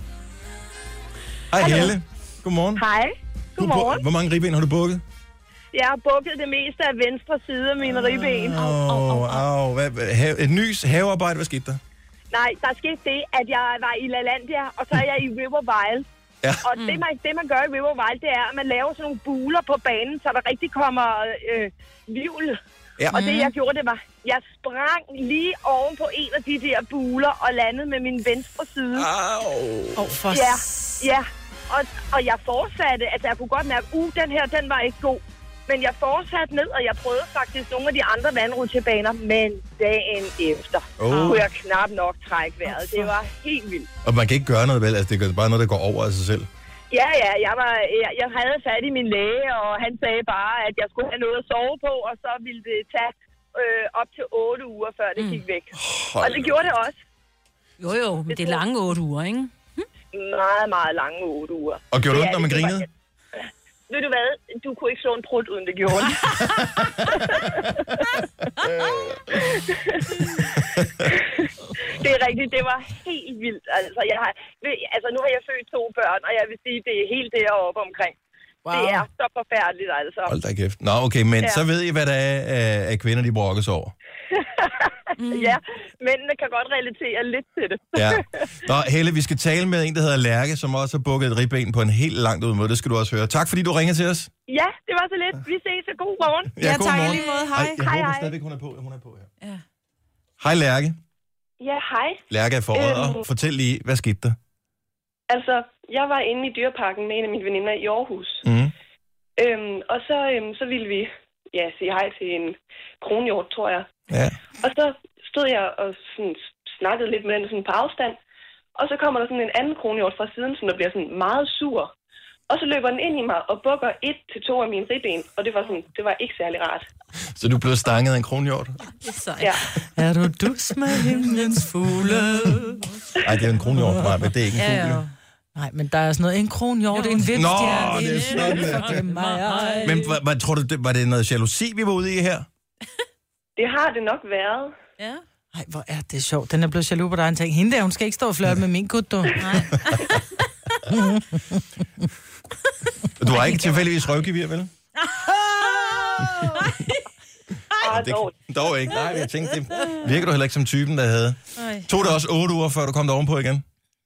Hej Helle. Godmorgen. Hej. Godmorgen. Bu- Hvor mange ribben har du bukket? Jeg har bukket det meste af venstre side af mine ribben. Åh, oh, au. Hvad, have, et nys havearbejde, hvad skete der? Nej, der skete det, at jeg var i LaLandia, og så er jeg i River Wild. Ja. Og det man, det, man gør i River Wild, det er, at man laver sådan nogle buler på banen, så der rigtig kommer øh, livl. Ja. Og det, jeg gjorde, det var, jeg sprang lige oven på en af de der buler og landede med min venstre side. Au. Oh, for... Ja, ja. Og, og jeg fortsatte, altså jeg kunne godt mærke, uh, den her, den var ikke god. Men jeg fortsatte ned, og jeg prøvede faktisk nogle af de andre vandrutsjebaner, men dagen efter oh. kunne jeg knap nok trække vejret. Det var helt vildt. Og man kan ikke gøre noget vel, altså det er bare noget, der går over af sig selv. Ja, ja, jeg, var, jeg, jeg havde fat i min læge, og han sagde bare, at jeg skulle have noget at sove på, og så ville det tage øh, op til otte uger, før det gik væk. Hold og det gjorde det også. Jo, jo, men det, det er lange otte uger, ikke? Hm? Meget, meget lange otte uger. Og gjorde det det ondt, når man grinede? Var, ved du hvad? Du kunne ikke slå en prut, uden det gjorde. Det er rigtig virkelig, det var helt vildt. Altså, jeg har, altså, nu har jeg født to børn, og jeg vil sige, det er helt deroppe omkring. Wow. Det er så forfærdeligt, altså. Hold da kæft. Nå, okay, men ja. Så ved I, hvad der er af kvinder, de brokkes over. mm. Ja, mændene kan godt relatere lidt til det. Ja. Nå, Helle, vi skal tale med en, der hedder Lærke, som også har bukket et ribben på en helt langt ud måde. Det skal du også høre. Tak, fordi du ringer til os. Ja, det var så lidt. Vi ses, og god morgen. Ja, ja god tak morgen. lige måde. Hej. Ej, jeg hej, håber hej. stadigvæk, hun er på. Hun er på her. Ja. Hej, Lærke. Ja, hej. Lærke er forrød, og Øhm. fortæl lige, hvad skete der? Altså, jeg var inde i dyreparken med en af mine veninder i Aarhus. Mm. Øhm, og så, øhm, så ville vi ja, sige hej til en kronhjort, tror jeg. Ja. Og så stod jeg og sådan, snakkede lidt med den sådan på afstand. Og så kommer der sådan en anden kronhjort fra siden, som der bliver sådan meget sur. Og så løber den ind i mig og bukker et til to af mine ribben. Og det var sådan, det var ikke særlig rart. Så du blev stanget af en kronhjort? Det er sejt. Ja. Er du dus med himlens fugle? Nej, det er en kronhjort, men det er ikke en Ja, fugl. ja. Nej, men der er sådan noget, en kronhjort, en vipstjerne. Nå, det er sådan, det er. Men hvad, hvad tror du, det, var det noget jalousi, vi var ude i her? Det har det nok været. Ja. Ej, hvor er det sjovt. Den er blevet jaloux på dig. Han tænkte, hende der, hun skal ikke stå og flirte med min gut, du. Nej. Du har ikke tilfældigvis røvgevir, vel? Ah, Det, dog. dog ikke. Nej, jeg tænkte, det virker du heller ikke som typen, der havde. Ej. Tog det også otte uger, før du kom derovenpå igen?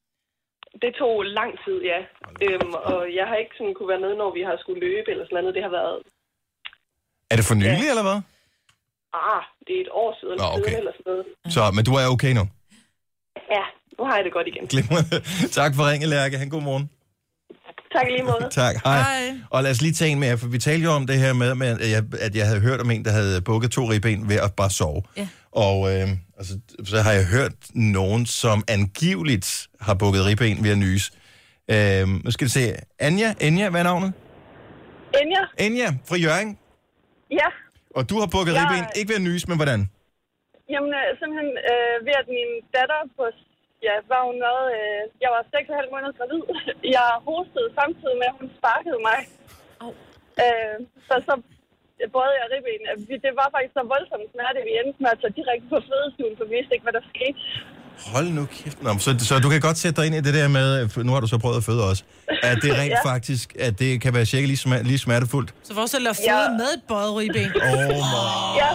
Det tog lang tid, ja. Øhm, og jeg har ikke sådan kunne være med, når vi har skulle løbe eller sådan noget. Det har været... Er det for nylig, Ja. eller hvad? Ah, det er et år siden, Nå, okay. siden eller sådan noget. Så, men du er okay nu? Ja, nu har jeg det godt igen. Glimrende. Tak for ringe, Lærke. Han god morgen. Tak i lige måde. Tak. Hej. Hej. Og lad os lige tage en mere, for vi talte jo om det her med, med at, jeg, at jeg havde hørt om en, der havde bukket to ribben ved at bare sove. Ja. Og øh, altså, så har jeg hørt nogen, som angiveligt har bukket ribben ved at nyse. Øh, nu skal vi se. Anja, Anja, hvad er navnet? Enja? Anja fra Hjørring. Ja. Og du har bukket Jeg- ribben, ikke ved at nyse, men hvordan? Jamen, øh, simpelthen øh, ved at min datter på... Ja, var hun noget... Øh, jeg var seks og halv måneder gravid. Jeg hostede samtidig med, at hun sparkede mig. Au. Øh, så så brød jeg ribben. Det var faktisk så voldsom smerte, vi endte med at tage direkte på fødestuen, for vi vidste ikke, hvad der skete. Hold nu kæft. Nå, så, så du kan godt sætte dig ind i det der med, nu har du så prøvet at føde også, at det rent Ja. faktisk, at det kan være cirka lige, sma- lige smertefuldt. Så forestil dig at føde Ja. med et bøjet ribben. Åh, oh, Ja.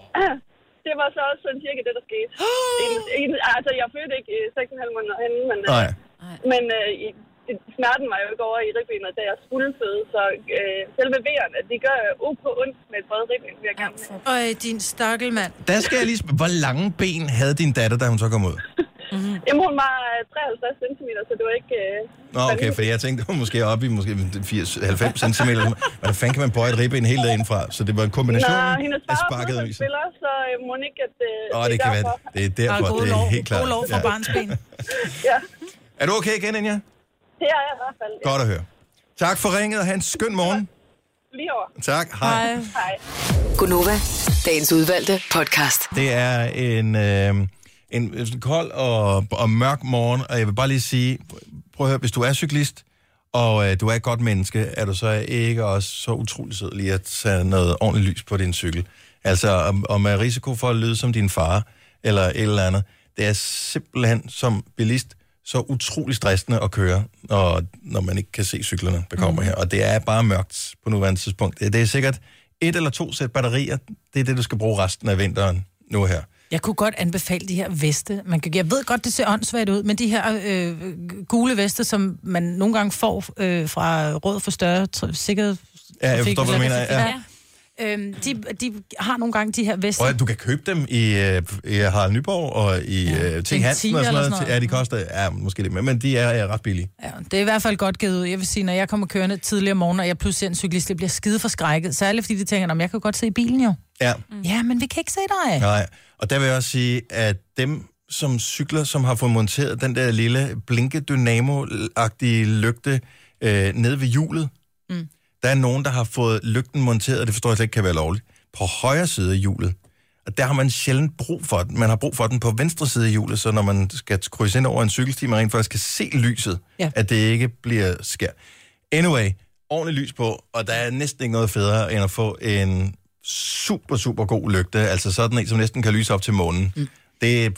Det var så også sådan cirka det, der skete. en, en, altså, jeg fødte ikke øh, seks og halv måneder henne, men, øh, nej. men øh, i, det- smerten var jo ikke over i ribbenet, da jeg skulle føde, så øh, selve V'erne, de gør ok ondt med et brød ribben, vil jeg gerne have. Øj, din stakkel, mand. Der skal jeg lige spørge, hvor lange ben havde din datter, da hun så kom ud? Jamen, hun var øh, treoghalvtreds centimeter, så det var ikke... Øh, Nå, okay, for jeg tænkte, hun måske op i måske firs til halvfems centimeter. Hvordan fanden kan man bøje et ribben helt derindefra? Så det var en kombination Nå, hendes af far er sparket og nyse. fodboldspiller, så øh, må hun ikke, at øh, Åh, det kan være, derfor. det er derfor, Og gode det er lov, helt klart. gode lov for barnsben. Ja, Er du okay igen, Anja? det er jeg i hvert fald. Ja. Godt at høre. Tak for ringet, og have en skøn morgen. Lige over. Tak, hej. Hej. Hej. Gunova, dagens udvalgte podcast. Det er en, øh, en, en kold og, og mørk morgen, og jeg vil bare lige sige, prøv at høre, hvis du er cyklist, og øh, du er et godt menneske, er du så ikke også så utrolig sød lige at tage noget ordentligt lys på din cykel. Altså, om, om med risiko for at lyde som din far, eller et eller andet. Det er simpelthen som bilist så utrolig stressende at køre, når, når man ikke kan se cyklerne, der kommer mm. her. Og det er bare mørkt på nuværende tidspunkt. Det, det er sikkert et eller to sæt batterier. Det er det, du skal bruge resten af vinteren nu her. Jeg kunne godt anbefale de her veste. Man kan, jeg ved godt, det ser åndssvagt ud, men de her øh, gule veste, som man nogle gange får øh, fra Råd for Større tr- Sikkerhed... Ja, jeg forstår, hvad du mener. Ja. Ja. Øhm, de, de har nogle gange de her veste. Og du kan købe dem i, øh, i Harald Nyborg og i ja, øh, T. Hansen og sådan noget. sådan noget. Ja, de koster ja, måske lidt mere, men de er, er ret billige. Ja, det er i hvert fald godt givet ud. Jeg vil sige, når jeg kommer kørende tidligere om morgenen, og jeg pludselig ser en cyklist, jeg bliver skide forskrækket. Særligt fordi de tænker, at jeg kan godt se bilen jo. Ja. Mm. Ja, men vi kan ikke se dig. Nej, og der vil jeg også sige, at dem, som cykler, som har fået monteret den der lille blinke dynamo-agtige lygte øh, nede ved hjulet, mm. der er nogen, der har fået lygten monteret, og det forstår jeg slet ikke kan være lovligt, på højre side af hjulet. Og der har man sjældent brug for den. Man har brug for den på venstre side af hjulet, så når man skal krydse ind over en cykelsti, man rent faktisk kan se lyset, ja. At det ikke bliver skær. Anyway, ordentligt lys på, og der er næsten ikke noget federe, end at få en super, super god lygte. Altså sådan en, som næsten kan lyse op til månen. Mm. Det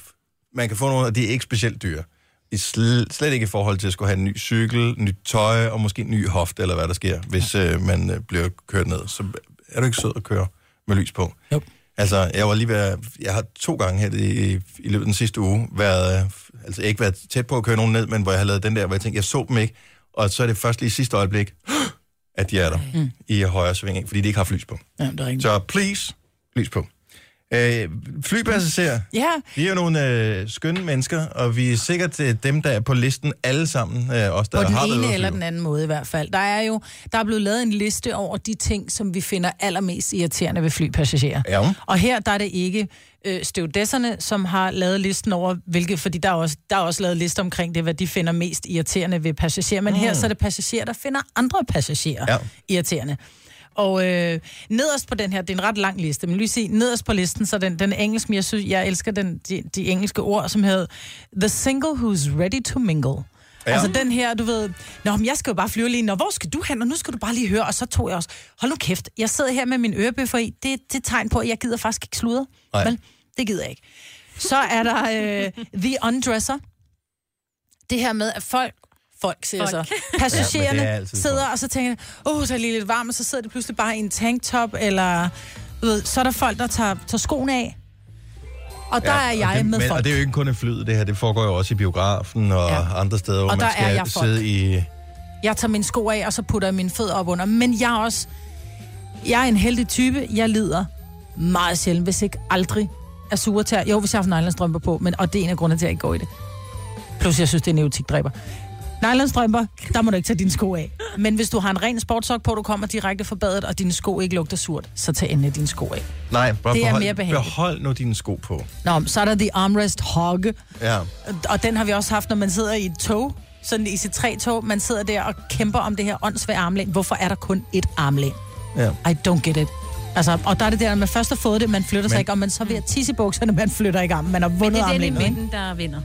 man kan få nogle, og de er ikke specielt dyre. I sl- slet ikke i forhold til at skulle have en ny cykel, nyt tøj og måske en ny hofte, eller hvad der sker, hvis øh, man øh, bliver kørt ned. Så er du ikke sød at køre med lys på. Jo. Altså, jeg var lige ved, jeg har to gange her i, i løbet af den sidste uge været, altså ikke været tæt på at køre nogen ned, men hvor jeg har lavet den der, hvor jeg tænkte, jeg så dem ikke, og så er det først lige i sidste øjeblik, at de er der mm. i højre sving, fordi de ikke har haft lys på. Ja, det er rigtigt. Så please, lys på. Øh, flypassagerer, Ja. de er jo nogle øh, skønne mennesker, og vi er sikkert øh, dem, der er på listen alle sammen, øh, os der På den har været ude ene at eller flyve. den anden måde i hvert fald. Der er jo der er blevet lavet en liste over de ting, som vi finder allermest irriterende ved flypassagerer. Ja. Og her der er det ikke øh, stewardesserne, som har lavet listen over, hvilke, fordi der er, også, der er også lavet lister omkring det, hvad de finder mest irriterende ved passagerer. Men mm. her så er det passagerer, der finder andre passagerer Ja. irriterende. Og øh, nederst på den her, det er en ret lang liste, men lige sige, nederst på listen, så den, den engelske, jeg synes, jeg elsker den, de, de engelske ord, som hedder The Single Who's Ready to Mingle. Ja. Altså den her, du ved, nå, men jeg skal jo bare flyve lige, nå, hvor skal du hen, og nu skal du bare lige høre, og så tog jeg også, hold nu kæft, jeg sidder her med min ørebøffer i, det, det er tegn på, at jeg gider faktisk ikke sludre. Vel, det gider jeg ikke. Så er der øh, The Undresser. Det her med, at folk, folk siger Folk. så, passagererne Ja, ja, sidder, og så tænker åh, oh, så er det lige lidt varmt, og så sidder det pludselig bare i en tanktop, eller, du ved, så er der folk, der tager, tager skoene af. Og der ja, er jeg det, med men, folk. Og det er jo ikke kun en flyet, det her, det foregår jo også i biografen og ja. andre steder, hvor Og man der er skal jeg folk. sidde i... Jeg tager mine sko af, og så putter jeg mine fødder op under. Men jeg er også... Jeg er en heldig type. Jeg lider meget sjældent, hvis ikke aldrig er suretær. Jo, hvis jeg har haft nylonstrømper på, men, og det er en af grundene til, at jeg ikke går i det. Plus, jeg synes, det er neurotikdræber. Nylonstrømper, der må du ikke tage dine sko af. Men hvis du har en ren sportsok på, du kommer direkte fra badet, og dine sko ikke lugter surt, så tag endelig dine sko af. Nej, bare Det er behold, mere behageligt. behold nu dine sko på. Nå, så er der The Armrest Hog. Ja. Og den har vi også haft, når man sidder i et tog. Sådan et I C tre tog. Man sidder der og kæmper om det her åndssvage armlæn. Hvorfor er der kun et armlæn? Ja. I don't get it. Altså, og der er det der, når man først har fået det, man flytter men... sig ikke, og man så ved at tisse i bukserne, man flytter ikke armen. Man har Men vundet det er den i armlænet, ikke? midten, der vinder.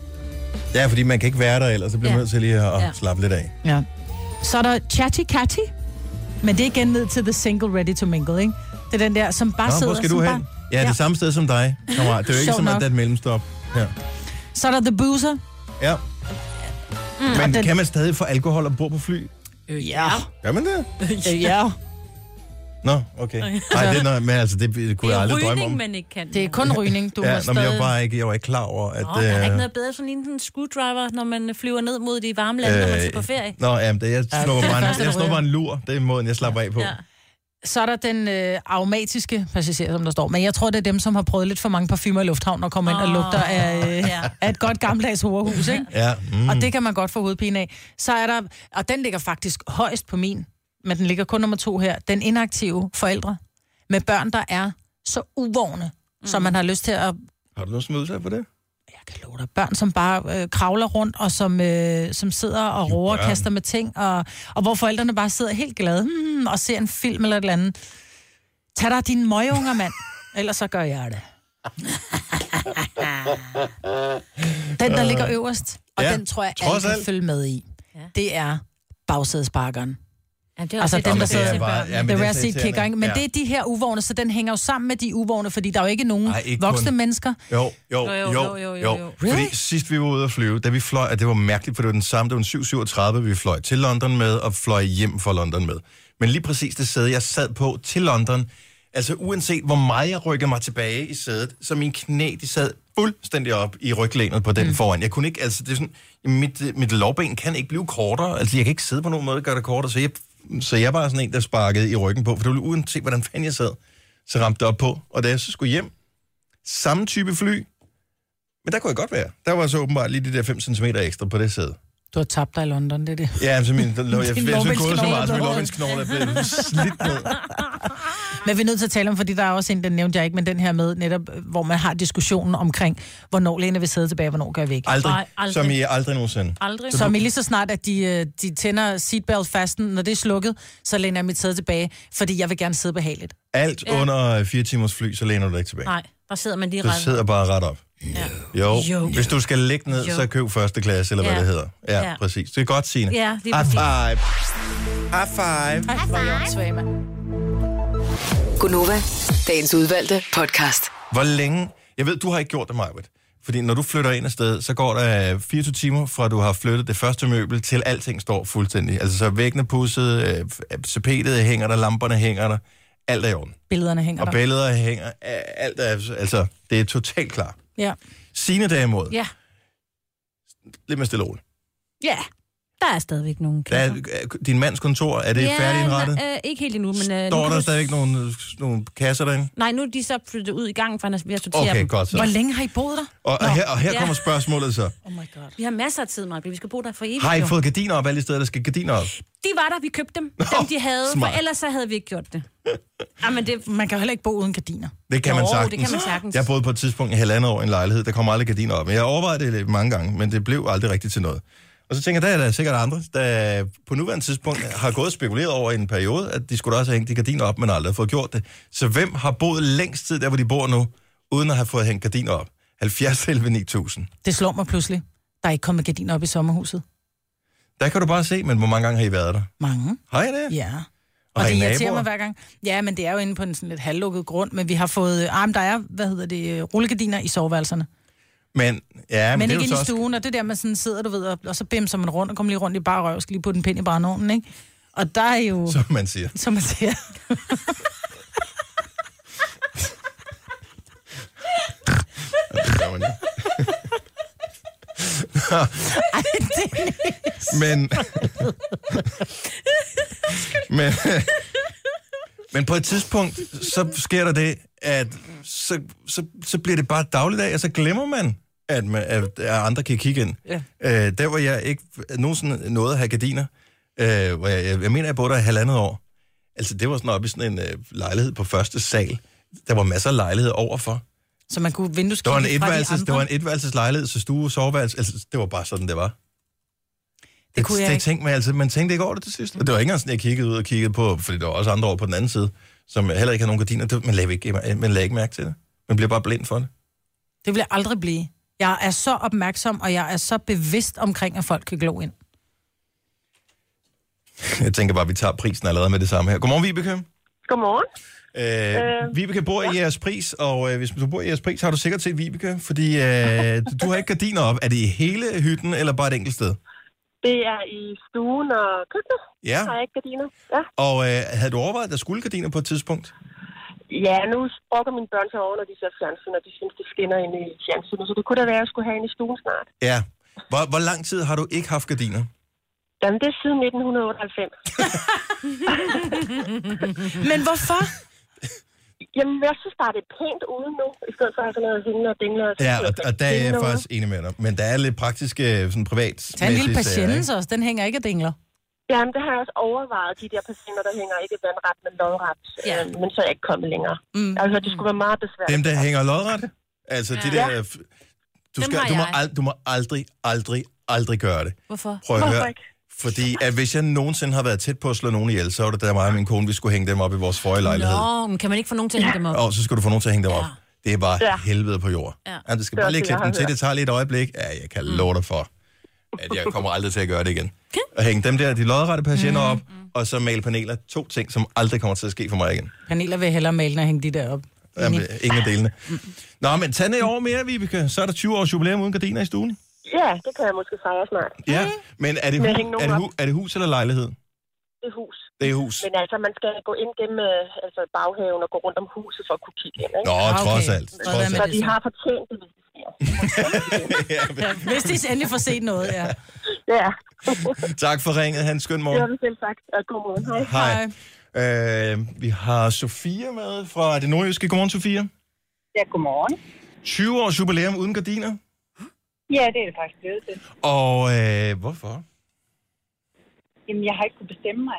Ja, fordi man kan ikke være der ellers, så bliver man Ja. nødt til lige at Ja. slappe lidt af. Ja. Så er der Chatty Catty. Men det er igen ned til The Single Ready to Mingle, ikke? Det er den der, som bare Nå, sidder... hvor skal som du hen? bare... Ja, det Ja. samme sted som dig, kammerat. Det er jo ikke Sjovt som, at nok. der er et mellemstop. Ja. Så er der The Boozer. ja. Mm, Men den... kan man stadig få alkohol ombord på fly? Øh, ja. Gør man det? Øh, ja. Nå, okay. Nej, det er noget, men altså, det, det kunne Det jeg er aldrig drømme om. rygning, man ikke kan. Det er kun rygning, du Ja, må nå, men stadig... jeg var bare ikke, jeg var ikke klar over, at... Nå, der er øh, ikke noget bedre sådan en screwdriver, når man flyver ned mod de varme lande, når man skal på ferie. Nå, ja, det, jeg Ja, snupper det er bare, første, en, jeg der snupper ryger. en lur. Det er måden, jeg slapper af på. Ja. Så er der den øh, aromatiske passager, som der står. Men jeg tror, det er dem, som har prøvet lidt for mange parfumer i lufthavnen og kommer ind og Åh, lugter af, øh, ja. af et godt gammeldags horehus, ikke? Ja, mm. Og det kan man godt få hovedpine af. Så er der, og den ligger faktisk højst på min, men den ligger kun nummer to her, den inaktive forældre med børn, der er så uvågne, mm. som man har lyst til at... Har du noget smødt sig på det? Jeg kan love dig. Børn, som bare øh, kravler rundt, og som, øh, som sidder og roer og børn. kaster med ting, og, og hvor forældrene bare sidder helt glade hmm, og ser en film eller et eller andet. Tag dig dine møgunger, mand. Ellers så gør jeg det. Den, der ligger øverst, og Ja, den tror jeg, trods alle kan alt. følge med i, Ja. det er bagsædesparkeren. Ja, det er Altså, også dem, det, der der sidder sidder til bare- børn. ja, men The det er rear så seat kicker, ikke? Men irriterende. det er de her uvågne, så den hænger jo sammen med de uvågne, fordi der er jo ikke nogen Ej, ikke voksne kun. mennesker. Jo, jo, Jo, jo, jo, jo, jo, jo. jo. Fordi Really? sidst vi var ude at flyve, da vi fløj, at det var mærkeligt, for det var den samme, det var en syv syvogtredive, vi fløj til London med, og fløj hjem fra London med. Men lige præcis det sæde, jeg sad på til London, altså uanset hvor meget jeg rykkede mig tilbage i sædet, så mine knæ, de sad fuldstændig op i ryglænet på den mm. foran. Jeg kunne ikke, altså det er sådan, mit, mit lårben kan ikke blive kortere, altså jeg kan ikke sidde på nogen måde og gøre det kortere, så jeg, så jeg var sådan en, der sparkede i ryggen på, for det var uanset hvordan fanden jeg sad, så ramte det op på, og da jeg så skulle hjem, samme type fly, men der kunne jeg godt være. Der var så åbenbart lige de der fem centimeter ekstra på det sæde. Du har tabt dig i London, det er det. Ja, altså min, jeg, jeg, jeg, jeg, Din jeg, jeg, gået så lårbensknogle meget, så min er lårbensknogle er blevet slidt ned. Men vi er nødt til at tale om, fordi der er også en, den nævnte jeg ikke, men den her med netop, hvor man har diskussionen omkring, hvornår Lene vil sidde tilbage, hvornår gør vi ikke. Aldrig, Nej, aldrig. som I aldrig nogensinde. Aldrig. Så lige så snart, at de, øh, de tænder seatbelt-fasten, når det er slukket, så læner jeg mit sæde tilbage, fordi jeg vil gerne sidde behageligt. Alt Ja. under fire timers fly, så læner du dig ikke tilbage. Nej, der sidder man lige Du ret. sidder bare ret op. Ja. Jo. Jo. Hvis du skal ligge ned, Jo. så køb første klasse, eller hvad Ja. det hedder. Ja, Ja. præcis. Det er godt, Signe. Ja, lige High præcis. five. High five. Ej, hvor er jeg åndssvag, mand. Gunova, dagens udvalgte podcast. Hvor længe... Jeg ved, du har ikke gjort det, Majbert. Fordi når du flytter ind et sted, så går der fireogtyve timer fra du har flyttet det første møbel, til alting står fuldstændig. Altså så væggene pusset, øh, tapetet hænger der, lamperne hænger der, alt er i orden. Billederne hænger og der. Og billeder hænger, alt er, altså det er totalt klar. Ja. Signe derimod. Ja. Lidt mere stille og roligt. Ja, der er stadigvæk nogle kasser. Der, din mands kontor, er det ja, færdigindrettet? Ja, øh, ikke helt endnu, men... Øh, Står der stadigvæk nogle, nogle kasser derinde? Nej, nu er de så flyttet ud i gang, for han er ved at sortere okay, dem. Godt så. Hvor længe har I boet der? Og, og her, og her ja. kommer spørgsmålet så. Oh my god. Vi har masser af tid, Mark. Vi skal bo der for evigt. Har I fået gardiner op alle de steder, der skal gardiner op? De var der, vi købte dem. Dem, de havde, smart. for ellers så havde vi ikke gjort det. Jamen, det... Man kan jo heller ikke bo uden gardiner. Det kan jo, man sagtens. det kan man sagtens. Jeg boede på et tidspunkt i halvandet år i en lejlighed. Der kommer aldrig gardiner op. Jeg overvejede det mange gange, men det blev aldrig rigtigt til noget. Og så tænker jeg, der er der sikkert andre, der på nuværende tidspunkt har gået og spekuleret over i en periode, at de skulle da også have hængt de gardiner op, men aldrig har fået gjort det. Så hvem har boet længst tid der, hvor de bor nu, uden at have fået hængt gardiner op? halvfjerds elleve ni tusind. Det slår mig pludselig. Der er ikke kommet gardiner op i sommerhuset. Der kan du bare se, men hvor mange gange har I været der? Mange. Har I det? Ja. Og, og det irriterer naboer? mig hver gang. Ja, men det er jo inde på en sådan lidt halvlukket grund, men vi har fået... Ah, der er, hvad hedder det, rullegardiner i soveværelserne. Men, ja, men, men det ikke er inde i stuen, og det der, man sådan sidder, du ved, og, og så bimser man rundt, og kommer lige rundt i bare røv, og skal lige putte en pind i brændeovnen, ikke? Og der er jo... Som man siger. Som man siger. det gør man ikke. Ej, det men... men... Men på et tidspunkt, så sker der det, at så, så, så bliver det bare dagligdag, og så glemmer man, at, man, at andre kan kigge ind. Ja. Øh, der hvor jeg ikke nogensinde nåede at have gardiner, øh, hvor jeg, jeg, jeg mener, jeg boede der i halvandet år. Altså, det var sådan oppe i sådan en øh, lejlighed på første sal. Der var masser af lejligheder overfor. Så man kunne vindueskigge fra de andre? Det var en etværelseslejlighed, så stue og soveværelse. Altså, det var bare sådan, det var. Det kunne jeg det, ikke. Tænkte man, altså, man tænkte ikke over det til sidst. Og det var ikke engang sådan, jeg kiggede ud og kiggede på, fordi der var også andre over på den anden side, som heller ikke havde nogen gardiner. Det, man, lagde ikke, man lagde ikke mærke til det. Man bliver bare blind for det. Det vil jeg aldrig blive. Jeg er så opmærksom, og jeg er så bevidst omkring, at folk kan glo ind. Jeg tænker bare, at vi tager prisen allerede med det samme her. Godmorgen, Vibeke. Godmorgen. Øh, øh, Vibeke bor ja. i jeres pris, og øh, hvis du bor i jeres pris, har du sikkert set Vibeke, fordi øh, du har ikke gardiner op. Er det i hele hytten, eller bare et enkelt sted? Det er i stuen og køkkenet. Ja. Har jeg ikke gardiner. Ja. Og øh, havde du overvejet, at der skulle gardiner på et tidspunkt? Ja, nu brokker mine børn sig over, når de ser fjernsyn, og de synes, det skinner ind i fjernsynet. Så det kunne da være, at jeg skulle have en i stuen snart. Ja. Hvor, hvor lang tid har du ikke haft gardiner? Jamen, det er siden nitten otteoghalvfems. Men hvorfor? Jamen, jeg synes bare, det er pænt ude nu, i stedet for at have sådan noget hængende og dingler. Ja, og, og der er jeg faktisk enig med dig. Men der er lidt praktiske, sådan privat. Tag en lille patience også, den hænger ikke af dingler. Jamen, det har jeg også overvejet, de der patienter, der hænger ikke vandret, men lodret. Ja. Øh, men så er jeg ikke kommet længere. Mm. Altså, det skulle være meget besværligt. Dem, der hænger lodret? Altså, ja. de der... Du, skal, du, må ald, du må aldrig, aldrig, aldrig gøre det. Hvorfor? Prøv at Hvorfor høre. ikke? Fordi at hvis jeg nogensinde har været tæt på at slå nogen ihjel, så var det der mig og min kone, vi skulle hænge dem op i vores forrige lejlighed. Nå, men kan man ikke få nogen til at hænge dem op? Og så skal du få nogen til at hænge dem op. Ja. Det er bare ja. helvede på jord. Ja. Altså, det skal det bare lige klippe dem til. hørt. Det tager lige et øjeblik. Ja, jeg kan love dig for, at jeg kommer aldrig til at gøre det igen. At hænge dem der, de lodrette patienter op, og så male paneler. To ting, som aldrig kommer til at ske for mig igen. Paneler vil hellere male, end at hænge de der op. Jamen, ingen af delene. Nå, men tag ned over mere, Vibeke. Så er der tyve års jubilæum uden gardiner i stuen. Ja, det kan jeg måske fejre snart. Ja, men er det, hu- er, det hu- er det hus eller lejlighed? Det er hus. Det er hus. Men altså, man skal gå ind gennem øh, altså baghaven og gå rundt om huset for at kunne kigge ind, ikke? Nå, okay. trods alt. Trods alt. Så de har fortjent det, hvis det sker. ja, men... Ja, hvis de endelig får set noget, ja. Ja. Tak for ringet. Han skøn morgen. Det var det selv sagt. Og godmorgen. Hej. Hej. Øh, vi har Sofia med fra det nordjyske. Godmorgen, Sofia. Ja, godmorgen. tyve års jubilæum uden gardiner. Ja, det er det faktisk blevet til. Og øh, hvorfor? Jamen, jeg har ikke kunnet bestemme mig.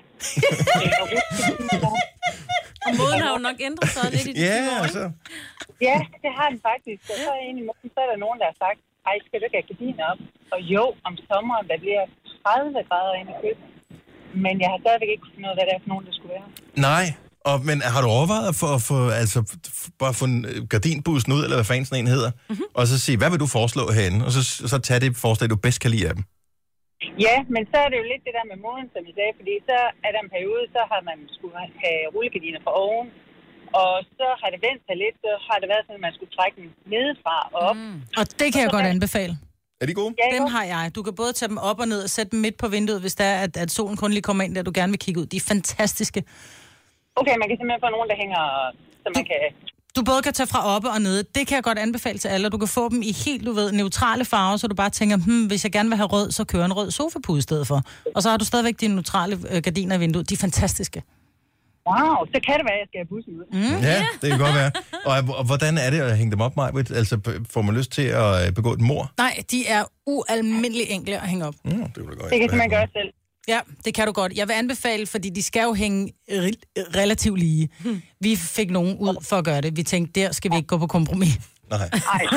Og moden har jo nok ændret sig lidt i de Ja, tyve år, altså. Ja, det har den faktisk. Og så er, en, så er der nogen, der har sagt, ej, skal du ikke have gardiner op? Og jo, om sommeren, der bliver tredive grader inde i køkkenet. Men jeg har stadigvæk ikke fundet ud af, hvad det er for nogen, der skulle være. Nej, og, men har du overvejet for at få, altså, f- bare få en gardinbussen ud, eller hvad fanden sådan en hedder, mm-hmm. og så sige, hvad vil du foreslå herinde? Og så, så tage det forslag, du bedst kan lide af dem. Ja, men så er det jo lidt det der med moden, som I sagde, fordi så er der en periode, så har man skulle have rullegardiner for oven, Og så har det vendt sig lidt, så har det været sådan, at man skulle trække den nedefra og op. Mm. Og det kan jeg godt anbefale. Er de gode? Ja, den har jeg. Du kan både tage dem op og ned og sætte dem midt på vinduet, hvis det er, at, at solen kun lige kommer ind, der du gerne vil kigge ud. De er fantastiske. Okay, man kan simpelthen få nogen, der hænger, så man kan... Du både kan tage fra oppe og nede. Det kan jeg godt anbefale til alle. Du kan få dem i helt, du ved, neutrale farver, så du bare tænker, hmm, hvis jeg gerne vil have rød, så kører en rød sofapude i stedet for. Og så har du stadigvæk dine neutrale øh, gardiner i vinduet. De er fantastiske. Wow, så kan det være, at jeg skal have bussen ud. Mm. Ja, det kan godt være. Og, og hvordan er det at hænge dem op, Majbrit? Altså, får man lyst til at begå et mord? Nej, de er ualmindeligt enkle at hænge op. Mm, det, det kan simpelthen gøre selv. Ja, det kan du godt. Jeg vil anbefale, fordi de skal jo hænge re- relativt lige. Hmm. Vi fik nogen ud for at gøre det. Vi tænkte, der skal vi ikke gå på kompromis. Nej.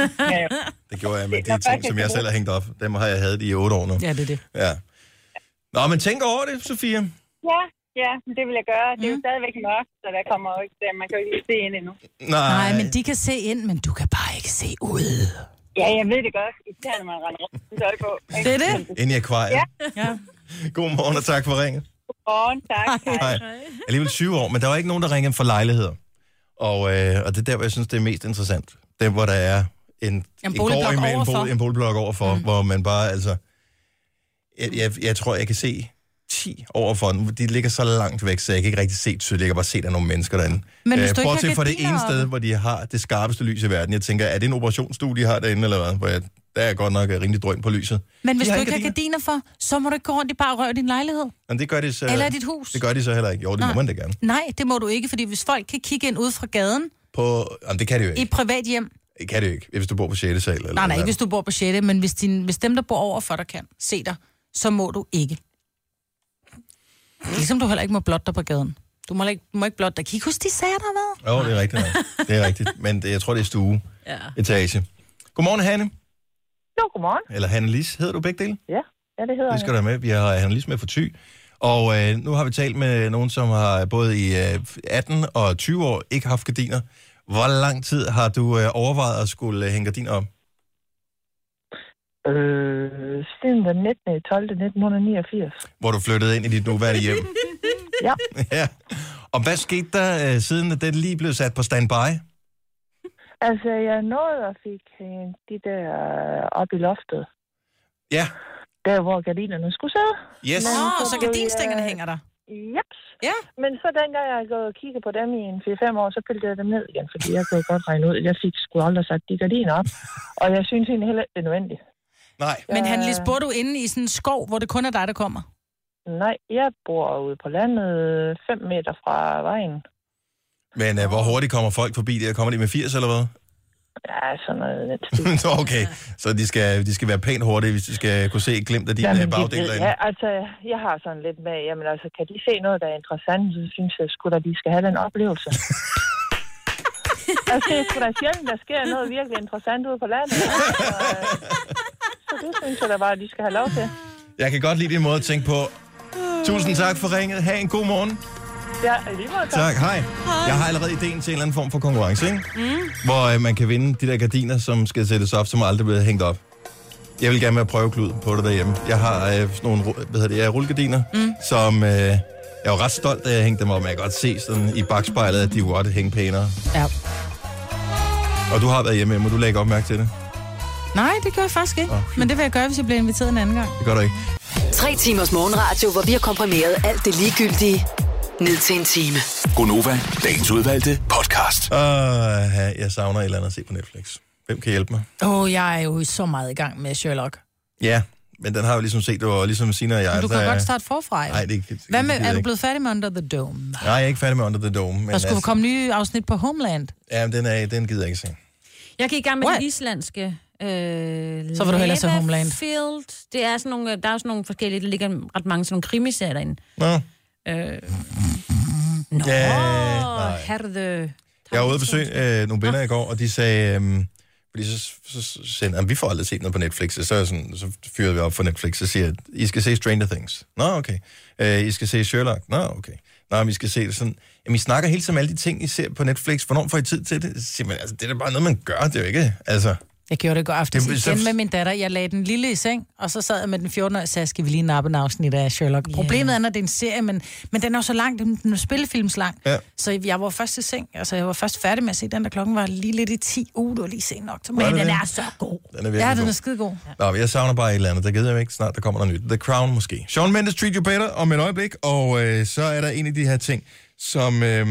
Det gjorde jeg med de ting, som jeg selv har hængt op. Dem har jeg haft i otte år nu. Ja, det er det. Ja. Nå, men tænk over det, Sofia. Ja, ja, det vil jeg gøre. Det er jo stadigvæk mørkt, så der kommer jo ikke, man kan jo ikke se ind endnu. Nej. Nej, men de kan se ind, men du kan bare ikke se ud. Ja, jeg ved det godt. Især når man render rundt. Så er det på. Det er det. Ind i akvariet. Ja. Ja. Godmorgen og tak for ringet. Godmorgen, tak. Hej. Alligevel tyve år, men der var ikke nogen, der ringede for lejligheder. Og, øh, og det er der, hvor jeg synes, det er mest interessant. Det hvor der er en, en en boligblok gård imellem, overfor. en boligblok overfor, mm. hvor man bare, altså... Jeg, jeg, jeg tror, jeg kan se ti overfor den. De ligger så langt væk, så jeg kan ikke rigtig se tydeligt. Jeg kan bare se, at der er nogle mennesker derinde. Men hvis du Prøv ikke til har for det ene gardiner sted, oppe. hvor de har det skarpeste lys i verden. Jeg tænker, er det en operationsstue, de har derinde, eller hvad? Hvor jeg, der er godt nok rimelig drøn på lyset. Men hvis de du ikke har gardiner for, så må du ikke gå rundt i bare røv din lejlighed. Men det gør de så... Eller dit hus. Det gør de så heller ikke. Jo, det Nej. må man da gerne. Nej, det må du ikke, fordi hvis folk kan kigge ind ud fra gaden På... Jamen, det kan de jo i ikke. et privat hjem. Det kan de jo ikke, hvis du bor på sjette sal. Eller Nej, nej, eller ikke hvis du bor på sjette, men hvis, din, hvis dem, der bor over for dig kan se dig, så må du ikke. Ligesom du heller ikke må blotte dig på gaden. Du må ikke, du må ikke blotte dig. Kan I ikke huske de sager, der har været? Jo, det er rigtigt. nok. Det er rigtigt. Men det, jeg tror, det er stue. Ja. Etage. Godmorgen, Hanne. Jo, godmorgen. Eller Hanne-Lis. Hedder du begge dele? Ja, ja det hedder Det skal du have med. Vi har Hanne-Lis med for Thy. Og øh, nu har vi talt med nogen, som har både i øh, atten og tyve år ikke haft gardiner. Hvor lang tid har du øh, overvejet at skulle øh, hænge gardiner op? Øh, siden den nittende tolvte nitten niogfirs. Hvor du flyttede ind i dit nuværende hjem? Ja. Ja. Og hvad skete der, øh, siden at det lige blev sat på standby? Altså, jeg nåede og fik hængt de der op i loftet. Ja. Der, hvor gardinerne skulle sidde. Yes. Åh, oh, så gardinstængerne hænger der. Jeps. Ja. Men så dengang jeg gået og kigget på dem i en fire fem år, så fyldte jeg dem ned igen, fordi jeg kunne godt regne ud, at jeg fik sgu aldrig sat de gardiner op. Og jeg synes egentlig heller ikke, det er nødvendigt. Nej. Men Hanne-Lis, bor du inde i sådan en skov, hvor det kun er dig, der kommer? Nej, jeg bor ude på landet fem meter fra vejen. Men øh, hvor hurtigt kommer folk forbi der? Kommer de med firs eller hvad? Ja, sådan noget lidt. Okay, så de skal, de skal være pænt hurtige, hvis de skal kunne se et glimt af din Jamen, øh, bagdel de, derinde. ja, altså, jeg har sådan lidt med, jamen altså, kan de se noget, der er interessant, så synes jeg sgu da, de skal have den oplevelse. altså, det er sgu da sjældent, der sker noget virkelig interessant ude på landet. Altså, øh, så det synes jeg da bare, at de skal have lov til. Jeg kan godt lide din måde at tænke på. Tusind tak for ringet. Ha' en god morgen. Ja, lige måde, tak. Tak, hej. hej. Jeg har allerede ideen til en eller anden form for konkurrence, ikke? Mm. Hvor øh, man kan vinde de der gardiner, som skal sættes op, som aldrig bliver hængt op. Jeg vil gerne være prøveklud på det derhjemme. Jeg har øh, sådan nogle hvad hedder det, ja, rullegardiner, mm. som... Øh, jeg er jo ret stolt, da jeg hængte dem op, men jeg kan godt se sådan i bagspejlet, at de godt hænge pænere. Ja. Og du har været hjemme, må du lægge opmærke til det? Nej, det gør jeg faktisk ikke. Oh, men det vil jeg gøre, hvis jeg bliver inviteret en anden gang. Det gør du ikke. Tre timers morgenradio, hvor vi har komprimeret alt det ligegyldige ned til en time. Gonova, dagens udvalgte podcast. Uh, jeg savner et eller andet at se på Netflix. Hvem kan hjælpe mig? Åh, oh, jeg er jo så meget i gang med Sherlock. Ja, men den har jo ligesom set, og ligesom Sina og jeg... Men du kan der, godt starte forfra, jo. Nej, det, det, Hvad med, det er du ikke. blevet færdig med Under the Dome? Nej, jeg er ikke færdig med Under the Dome. Men Der skulle altså, komme nye afsnit på Homeland. Ja, men den, er, den gider jeg ikke se. Jeg gik i gang med What? det islandske. Øh, Så vil du hellere se Homeland. Field. Det er sådan nogle, der er sådan nogle forskellige, der ligger ret mange sådan nogle krimiserier derinde. Nå. Øh, Nå, Ja, herre. Jeg var ude og besøge øh, nogle venner i går, og de sagde... Øh, fordi så, så, så sagde at vi får aldrig set noget på Netflix, så, er sådan, så fyrede vi op for Netflix, så siger jeg, I skal se Stranger Things. Nå, okay. Øh, I skal se Sherlock. Nå, okay. Nå, men I skal se det sådan... Jamen, I snakker hele tiden om alle de ting, I ser på Netflix. Hvornår får I tid til det? Så siger man, altså, det er da bare noget, man gør, det er jo ikke... Altså... Jeg gjorde det i går aftes Det- igen så- med min datter. Jeg lagde den lille i seng, og så sad jeg med den fjorten-årige og sagde, skal vi lige nappe en afsnit af Sherlock? Yeah. Problemet er, at det er en serie, men, men den er jo så lang, den den er spillefilmslang. Ja. Så jeg var først i seng, altså jeg var først færdig med at se den, der klokken var lige lidt i ti. Uh, det var lige sent nok til mig. Var det Men den det? er så god. Den er virkelig Ja, den god. er skide god. Nå, jeg savner bare et eller andet. Der gider jeg ikke snart, der kommer noget nyt. The Crown måske. Shawn Mendes, Treat You Better om et øjeblik, og øh, så er der en af de her ting, som øh,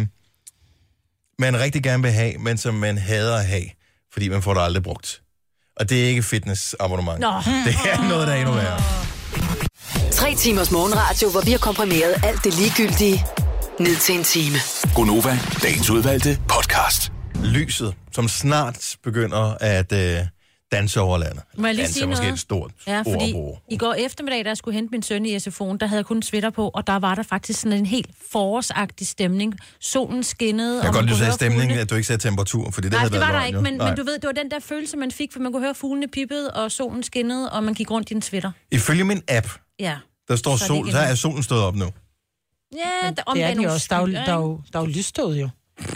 man rigtig gerne vil have, men som man hader at have, fordi man får det aldrig brugt. Og det er ikke fitnessabonnement. Nå. Det er noget, der er endnu værre. Tre timers morgenradio, hvor vi har komprimeret alt det ligegyldige ned til en time. Gonova, dagens udvalgte podcast. Lyset, som snart begynder at øh, danse over landet. Må jeg lige Danse sige er måske noget? et stort Ja, ord fordi at bruge. i går eftermiddag, da jeg skulle hente min søn i S F O'en, der havde jeg kun sweater på, og der var der faktisk sådan en helt forårsagtig stemning. Solen skinnede. Jeg kan og godt man lide, kunne at høre stemningen, fuglene. at du ikke sagde temperatur, fordi det Nej, havde det været var der løgn, ikke, jo. men, Nej. men du ved, det var den der følelse, man fik, for man kunne høre fuglene pippede, og solen skinnede, og man gik rundt i en sweater. Ifølge min app, Ja. der står Så er det sol, ikke så endnu. er solen stået op nu. Ja, der, om Det er der den jo nogle også. Der er jo, skyer, der er jo, der er jo lysstået jo.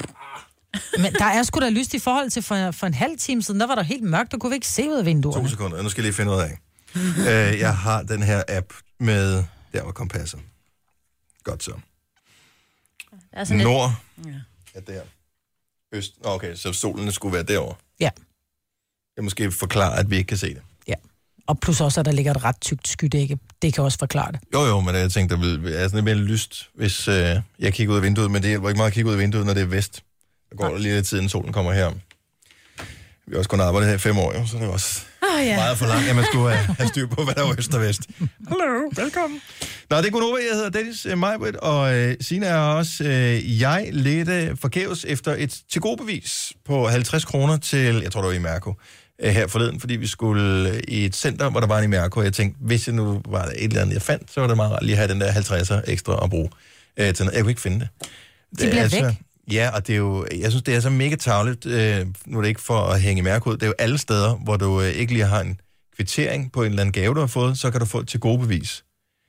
Men der er sgu da lyst i forhold til for, for en halv time siden. Der var der helt mørkt, der kunne vi ikke se ud af vinduerne. To sekunder, nu skal jeg lige finde ud af. øh, jeg har den her app med, der var kompasset. Godt så. Der er sådan lidt- Nord Ja. er der. Øst, okay, så solen skulle være derovre. Ja. Jeg måske forklare, at vi ikke kan se det. Ja. Og plus også, at der ligger et ret tykt skydække. Det kan også forklare det. Jo, jo, men jeg tænkte, der ville være sådan lidt mere lyst, hvis øh, jeg kigger ud af vinduet, men det hjælper ikke meget at kigge ud af vinduet, når det er vest. Der går der lige lidt tid, inden solen kommer her. Vi har også kun arbejdet her i fem år, jo, så det er også Oh, ja. meget for langt, at man skulle have, have styr på, hvad der er øst og vest. Hallo, velkommen. Nå, det er Gunova, jeg hedder Dennis uh, Majbrit, og uh, Signe er også. Uh, jeg ledte forgæves efter et tilgodebevis på halvtreds kroner til, jeg tror det var i Mærko, uh, her forleden, fordi vi skulle uh, i et center, hvor der var en i Mærko, og jeg tænkte, hvis jeg nu var et eller andet, jeg fandt, så var det meget rart lige at have den der halvtredser ekstra at bruge uh, til noget. Jeg kunne ikke finde det. De bliver altså, væk. Ja, og det er jo, jeg synes, det er så mega tarveligt, øh, nu er det ikke for at hænge i mærke ud, det er jo alle steder, hvor du øh, ikke lige har en kvittering på en eller anden gave, du har fået, så kan du få et tilgodebevis.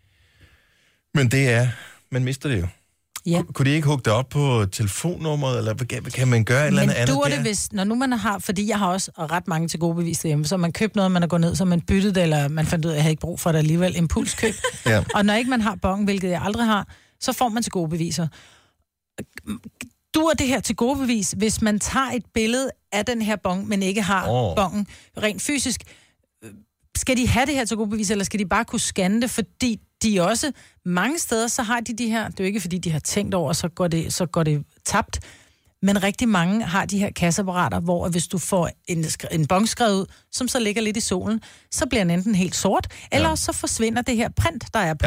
Men det er, man mister det jo. Ja. Ku- Kunne de ikke hugge det op på telefonnummeret, eller hvad- hvad kan man gøre et eller Men andet andet du er der? det, hvis, når nu man har, fordi jeg har også ret mange til gode beviser hjemme, så man købt noget, man er gået ned, så man byttede det, eller man fandt ud af, at jeg havde ikke brug for det alligevel, impulskøb. Ja. Og når ikke man har bongen, hvilket jeg aldrig har, så får man til gode beviser. Du er det her til gode bevis, hvis man tager et billede af den her bong, men ikke har Åh. oh. bongen rent fysisk. Skal de have det her til gode bevis, eller skal de bare kunne scanne det, fordi de også, mange steder, så har de de her, det er jo ikke fordi, de har tænkt over, så går det, så går det tabt, men rigtig mange har de her kasseapparater, hvor hvis du får en, sk- en bong skrevet ud, som så ligger lidt i solen, så bliver den enten helt sort, eller Ja. så forsvinder det her print, der er på. Ja.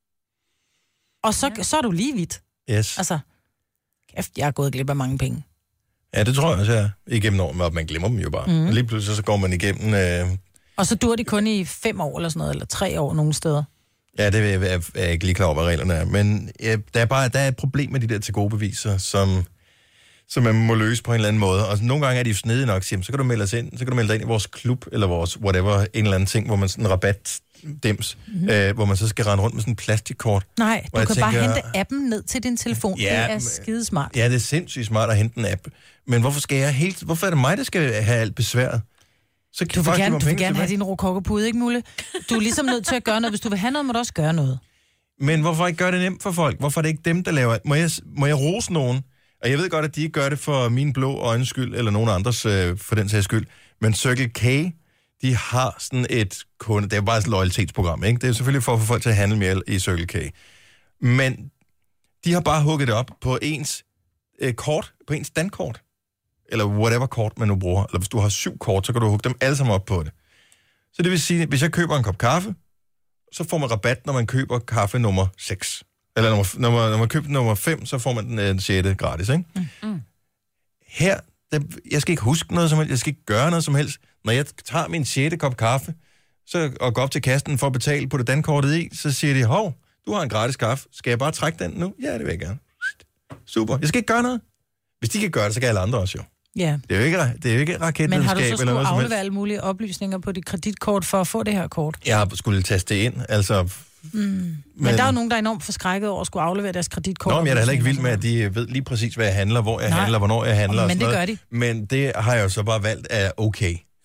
Og så, så er du lige hvidt. Yes. Altså, kæft, jeg har gået glip af mange penge. Ja, det tror jeg også, jeg er. Igennem år, men man glemmer dem jo bare. Mhm. Mm. Og lige pludselig så går man igennem... Øh, Og så dur de kun i fem år eller sådan noget, eller tre år nogle steder. Ja, det er, er, er jeg ikke lige klar over, hvad reglerne er. Men ja, der er bare der er et problem med de der tilgodebeviser, som, som man må løse på en eller anden måde. Og nogle gange er de jo snedige nok, siger, så kan du melde os ind, så kan du melde dig ind i vores klub, eller vores whatever, en eller anden ting, hvor man sådan en rabat dims, mm-hmm. øh, hvor man så skal rende rundt med sådan en plastikkort. Nej, du Hvor kan jeg bare tænker- hente appen ned til din telefon. Ja, Det er men- skidesmart. Ja, det er sindssygt smart at hente en app. Men hvorfor skal jeg helt... Hvorfor er det mig, der skal have alt besværet? Så Du vil gerne, du vil gerne have din rokokopude, ikke muligt? Du er ligesom nødt til at gøre noget. Hvis du vil have noget, må du også gøre noget. Men hvorfor ikke gøre det nemt for folk? Hvorfor er det ikke dem, der laver... Må jeg, må jeg rose nogen? Og jeg ved godt, at de ikke gør det for min blå øjens skyld, eller nogen andres øh, for den sags skyld. Men Circle K, de har sådan et kunde... Det er jo bare et loyalitetsprogram, ikke? Det er selvfølgelig for at få folk til at handle mere i Circle K. Men de har bare hugget det op på ens øh, kort, på ens standkort. Eller whatever kort man nu bruger. Eller hvis du har syv kort, så kan du hugge dem alle sammen op på det. Så det vil sige, at hvis jeg køber en kop kaffe, så får man rabat, når man køber kaffe nummer seks. Eller nummer, når, man, når man køber nummer fem, så får man den øh, sjette gratis, ikke? Mm. Her, der, jeg skal ikke huske noget som helst, jeg skal ikke gøre noget som helst. Når jeg tager min sjette kop kaffe, så, og går op til kassen for at betale på det dankortet i, så siger de, hov, du har en gratis kaffe, skal jeg bare trække den nu? Ja, det vil jeg gerne. Super, jeg skal ikke gøre noget. Hvis de kan gøre det, så kan alle andre også jo. Ja. Det er jo ikke, det er jo ikke Men har raketvidenskab du så eller skulle noget som helst. aflevere alle mulige oplysninger på dit kreditkort for at få det her kort? Jeg har skulle taste det ind, altså... Mm. Men, men der er jo nogen, der er enormt forskrækket over at skulle aflevere deres kreditkort. Nå, men jeg er da heller ikke vild med, at de ved lige præcis, hvad jeg handler, hvor jeg Nej. handler, hvornår jeg handler. Men og sådan det noget. gør de. Men det har jeg jo så bare valgt af okay.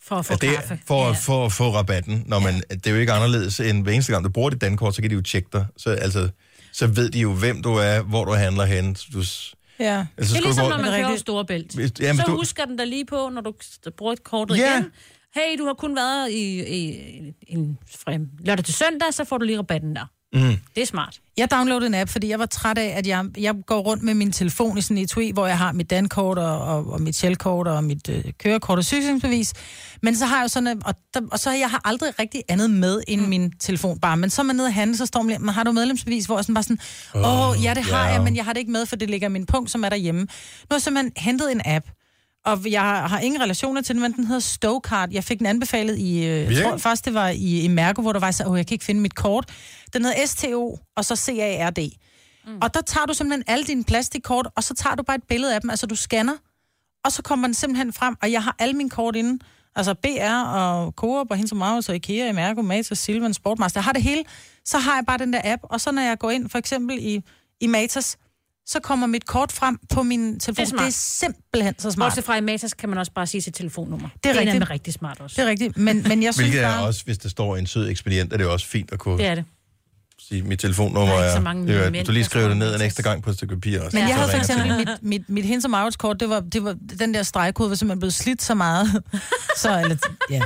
For at få at det er kaffe. for, Ja. at, for at få rabatten. Når man, det er jo ikke anderledes end hver eneste gang, du bruger dit dankort, så kan de jo tjekke dig. Så, altså, så ved de jo, hvem du er, hvor du handler hen. Du, Ja. altså, Det er ligesom, gå, når man kører Storebælt. Hvis- ja, men så du- husker den der lige på, når du bruger et kortet Ja. igen. Hey, du har kun været i, i, en fra lørdag til søndag, så får du lige rabatten der. Mm. Det er smart. Jeg downloadede en app, fordi jeg var træt af, at jeg, jeg går rundt med min telefon i sådan et etui, hvor jeg har mit dankort og, og, og mit shellkort og mit øh, kørekort og sygesikringsbevis. Men så har jeg jo sådan, en- og, der, og så har jeg har aldrig rigtig andet med end mm. min telefon bare. Men så er man nede og handle, så står man, man har du medlemsbevis, hvor jeg sådan bare sådan, åh, oh, ja, det har ja. jeg, men jeg har det ikke med, for det ligger i min punkt, som er derhjemme. Nu har jeg simpelthen hentet en app, og jeg har ingen relationer til den, men den hedder Stowcard. Jeg fik den anbefalet i, øh, jeg tror først det var i, i Mærko, hvor der var så, åh, jeg kan ikke finde mit kort. Den hedder S T O, og så C A R D. Mm. Og der tager du simpelthen alle dine plastikkort, og så tager du bare et billede af dem, altså du scanner, og så kommer den simpelthen frem, og jeg har alle mine kort inde. Altså B R og Coop og Hinds og Maurits og IKEA, Mærko, Matas, Silvan, Sportmaster. Jeg har det hele. Så har jeg bare den der app, og så når jeg går ind for eksempel i, i Matas, så kommer mit kort frem på min telefon. Det er Det er, det er simpelthen så smart. Bortset fra i Matas kan man også bare sige sit telefonnummer. Det er rigtigt. nemlig rigtig smart også. Det er rigtigt, men, men jeg synes Hvilket er bare... også, hvis der står en sød ekspedient, er det jo også fint at kunne Det er det. sige, mit telefonnummer Der er ikke så er... mange Det er jo, mænd, du lige der skriver det står ned en med ekstra gang på et stykke papir også. Men jeg Så havde for ringer til eksempel dig. mit, mit, mit Hinds og Maurits kort, det var, det var den der stregkode, var simpelthen blevet slidt så meget. så, eller, ja.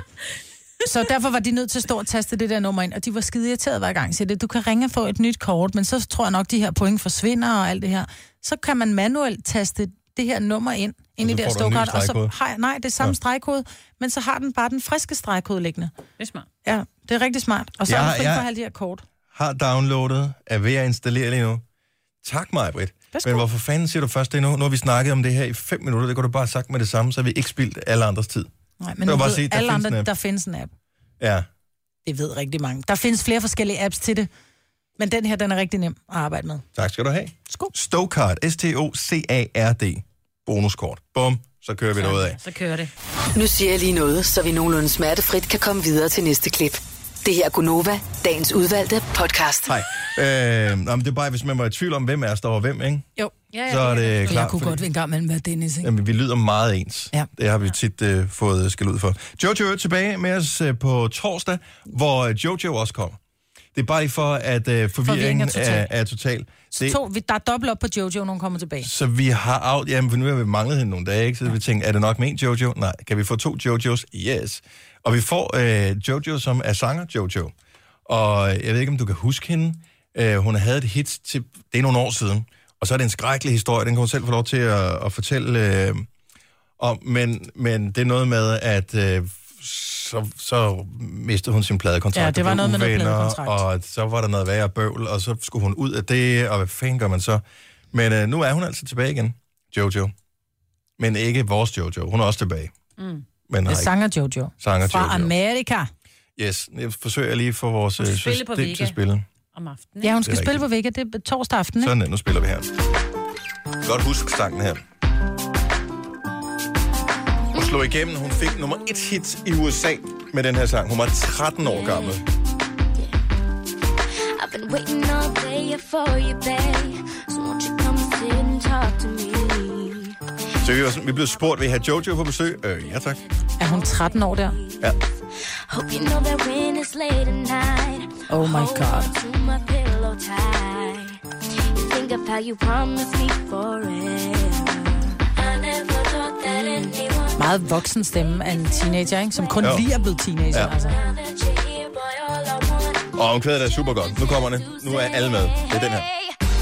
så derfor var de nødt til at stå og taste det der nummer ind, og de var skide irriteret hver gang. Så det, du kan ringe og få et nyt kort, men så tror jeg nok, de her point forsvinder og alt det her. Så kan man manuelt taste det her nummer ind, ind i så det får her du en ny ståkort, og så stregkode. har jeg, nej, det er samme Nå. stregkode, men så har den bare den friske stregkode liggende. Det er smart. Ja, det er rigtig smart. Og så Jeg er har- du fri jeg- for alle de her kort. Har downloadet, er ved at installere lige nu. Tak, Maj-Brit. Men hvorfor fanden siger du først det nu? Nu har vi snakket om det her i fem minutter. Det kunne du bare have sagt med det samme, så har vi ikke spildt alle andres tid. Nej, Det men var nu bare ved at sige, der alle findes en andre, app. der findes en app. Ja. Det ved rigtig mange. Der findes flere forskellige apps til det. Men den her, den er rigtig nem at arbejde med. Tak skal du have. Skål. Stowcard. S T O C A R D. Bonuskort. Bum. Så kører vi noget af. Så kører det. Nu siger jeg lige noget, så vi nogenlunde smertefrit kan komme videre til næste klip. Det her er Gunova, dagens udvalgte podcast. Hej. Øh, nå, men det er bare, hvis man var i tvivl om, hvem er der og hvem, ikke? Jo. Ja, ja, Så er det Jeg klart. kunne fordi- godt ved en gang mellem være Dennis, ikke? Jamen, vi lyder meget ens. Ja. Det har vi tit øh, fået skæld ud for. Jojo er tilbage med os øh, på torsdag, hvor øh, Jojo også kommer. Det er bare lige for, at øh, forvirringen er total. er, er total. Så Det, to, vi- der er dobbelt op på Jojo, når hun kommer tilbage. så vi har out... Jamen, for nu har vi manglet hende nogle dage, ikke? Så vi tænkte, er det nok med en Jojo? Nej. Kan vi få to Jojos? Yes. Og vi får øh, Jojo, som er sanger Jojo. Og jeg ved ikke, om du kan huske hende. Øh, hun havde et hit til... Det er nogle år siden. Og så er det en skrækkelig historie. Den kan hun selv få lov til at, at fortælle øh, om. Men, men det er noget med, at... Øh, så, så mistede hun sin pladekontrakt. Ja, det var og blev noget med noget uvenner, pladekontrakt. Og så var der noget værre bøvl, og så skulle hun ud af det, og hvad fanden gør man så? Men øh, nu er hun altså tilbage igen, Jojo. Men ikke vores Jojo. Hun er også tilbage. Mm. Men Det har er sanger Jojo. sanger Fra Jojo. Amerika. Yes, jeg forsøger lige at få vores Hun skal øh, spille på system Vega. til at spille. Om aftenen. Ja, hun Det skal er spille rigtigt. på Vega. Det er torsdag aften, ikke? Sådan, nu spiller vi her. Godt husk sangen her. Hun slog igennem. Hun fik nummer et hit i U S A med den her sang. Hun var tretten år gammel. I've been waiting all day for you, babe. So won't you come and sit and talk to me? Så vi, var sådan, vi blev spurgt, vil I have Jojo på besøg? Øh, ja tak. Er hun tretten år der? Ja. Hope you know that when it's late at night, Oh my hold God. on to my pillow tight. You think of how you promised me forever. I never thought that anyone Meget voksen stemme af en teenager, ikke? Som kun Jo. lige er blevet teenager, Ja. altså. that you're here, boy, all I want. Og omkvædet er super godt. Nu kommer det. Nu er alle med. Det er den her.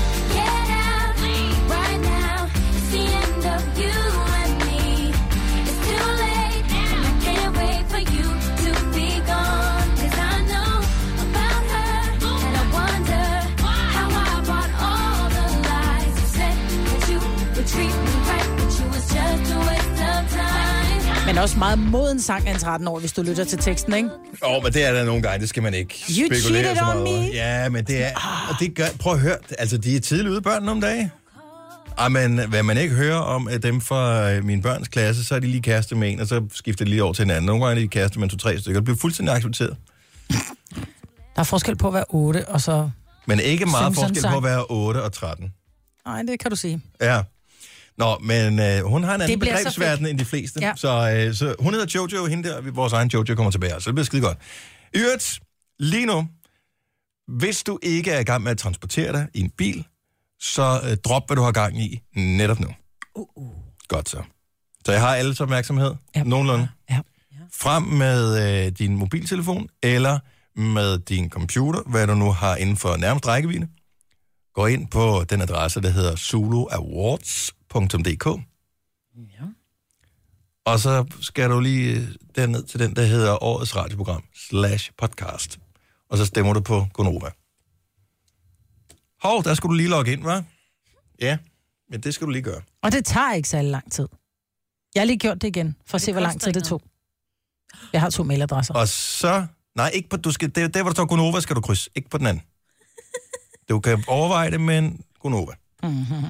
Men også meget moden sang af en tretten år, hvis du lytter til teksten, ikke? Åh, oh, men det er der nogle gange, det skal man ikke You spekulere cheated så on meget over. me. Ja, men det er... Og det gør... Prøv at høre. Altså, de er tidligt ude, børn om dagen. Ah, men hvad man ikke hører om af dem fra øh, min børns klasse, så er de lige kæreste med en, og så skifter de lige over til en anden. Nogle gange er de kæreste med to-tre stykker. Det bliver fuldstændig accepteret. Der er forskel på at være otte, og så... Men ikke meget Synge sådan en forskel sang. på at være otte og tretten. Nej, det kan du sige. Ja. Nå, men øh, hun har en anden bliver så begrebsverden end de fleste. Ja. Så, øh, så hun hedder Jojo, hende der, vores egen Jojo kommer tilbage. Så det bliver skide godt. I øvrigt, lige nu, hvis du ikke er i gang med at transportere dig i en bil, så øh, drop, hvad du har gang i netop nu. Uh, uh. Godt så. Så jeg har alles opmærksomhed. Ja. Nogenlunde. Ja. Frem med øh, din mobiltelefon, eller med din computer, hvad du nu har inden for nærmest rækkevidde. Gå ind på den adresse, der hedder zulu awards punktum d k. Ja. Og så skal du lige derned til den, der hedder årets radioprogram, slash podcast. Og så stemmer du på Gonova. Hov, der skulle du lige logge ind, hva'? Ja, men det skal du lige gøre. Og det tager ikke særlig lang tid. Jeg har lige gjort det igen, for at se, hvor lang tid det tog. Jeg har to mailadresser. Og så... Nej, ikke på... Du skal, der, der, hvor der står Gonova, skal du krydse. Ikke på den anden. Du kan overveje det, men Gonova. Mm-hmm.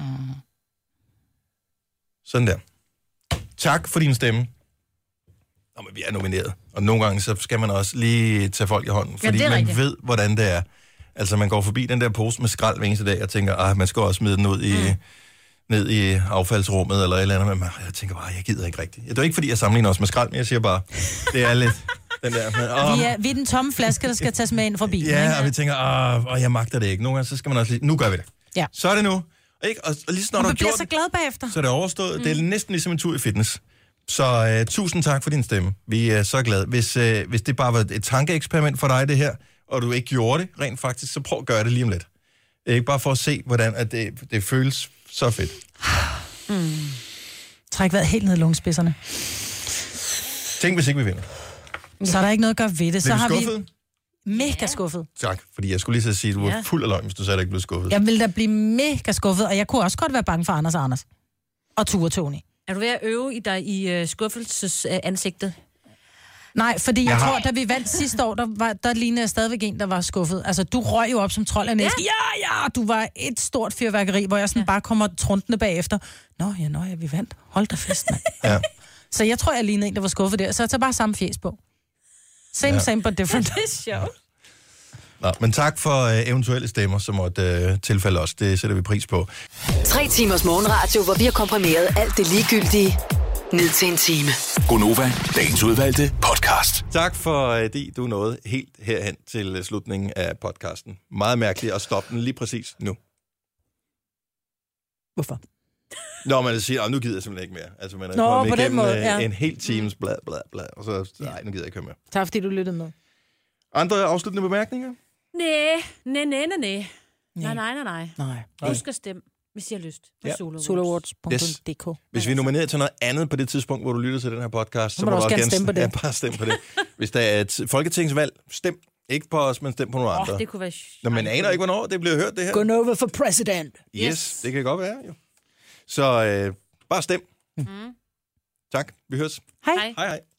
Sådan der. Tak for din stemme. Nå, men vi er nomineret. Og nogle gange, så skal man også lige tage folk i hånden, fordi ja, man rigtigt. ved, hvordan det er. Altså, man går forbi den der pose med skrald hver eneste dag, og tænker, ah, man skal også smide den ud i, mm. ned i affaldsrummet, eller et eller andet. Men jeg tænker bare, jeg gider ikke rigtigt. Det er ikke, fordi jeg sammenligner også med skrald, men jeg siger bare, det er lidt den der. Men, oh, vi, er, vi er den tomme flaske, der skal tages med ind fra bilen. ja, ikke? og vi tænker, ah, oh, jeg magter det ikke. Nogle gange, så skal man også lige, nu gør vi det. Ja. Så er det nu. Ikke? Og, og lige snart du har Man bliver gjort så det, glad bagefter. så er det overstået. Mm. Det er næsten ligesom en tur i fitness. Så uh, tusind tak for din stemme. Vi er så glade. Hvis, uh, hvis det bare var et tankeeksperiment for dig, det her, og du ikke gjorde det rent faktisk, så prøv at gøre det lige om lidt. Ikke bare for at se, hvordan at det, det føles så fedt. Mm. Træk vejret helt ned i lungespidserne. Tænk, hvis ikke vi vinder. Så er der ikke noget at gøre ved det. Så Bliver vi har skuffet? vi mega skuffet. Tak, fordi jeg skulle lige så sige, at du var Ja. fuld af løgn, hvis du sagde, at du ikke blev skuffet. Jeg ville da blive mega skuffet, og jeg kunne også godt være bange for Anders og Anders. Og Ture Tony. Er du ved at øve i dig i uh, skuffelsesansigtet? Nej, fordi jeg, Jeg jeg har- tror, da vi vandt sidste år, der, var, der lignede jeg stadigvæk en, der var skuffet. Altså, du røg jo op som trold af næske. Ja. ja, ja, du var et stort fyrværkeri, hvor jeg sådan ja. bare kommer trundende bagefter. Nå, ja, nå, ja, vi vandt. Hold da fest, mand. Ja. Så jeg tror, jeg lignede en, der var skuffet der. Så jeg tager bare samme fjes på. Same, Ja. ja. same, but different. Det er sjovt. Nå, men tak for uh, eventuelle stemmer, som måtte uh, tilfælde os. Det sætter vi pris på. Tre timers morgenradio, hvor vi har komprimeret alt det ligegyldige ned til en time. Gonova, dagens udvalgte podcast. Tak for, uh, di du nåede helt herhen til uh, slutningen af podcasten. Meget mærkeligt at stoppe den lige præcis nu. Hvorfor? Når man siger, at nu gider jeg simpelthen ikke mere. Altså, man er Nå, kommet på den igennem måde, uh, ja. en hel times bla bla bla, og så, nej, nu gider jeg ikke høre mere. Tak, fordi du lyttede med. Andre afsluttende bemærkninger? Nej, nej, nej, nej, nej. Nej, nej, nej, nej. Nej. Husk at stemme, hvis I har lyst. På Ja. Solo Awards. soloawards punktum Yes. d k. Hvis vi er nomineret til noget andet på det tidspunkt, hvor du lytter til den her podcast, så må du også gerne stemme på det. Ja, bare stemme på det. Hvis der er et folketingsvalg, stem ikke på os, men stem på nogle Åh, andre. det kunne være... Nå, men aner ikke, hvornår det bliver hørt, det her. Go over for president. Yes, yes, det kan godt være, jo. Så øh, bare stem. Mm. Tak, vi høres. Hej. Hej. Hej, hej.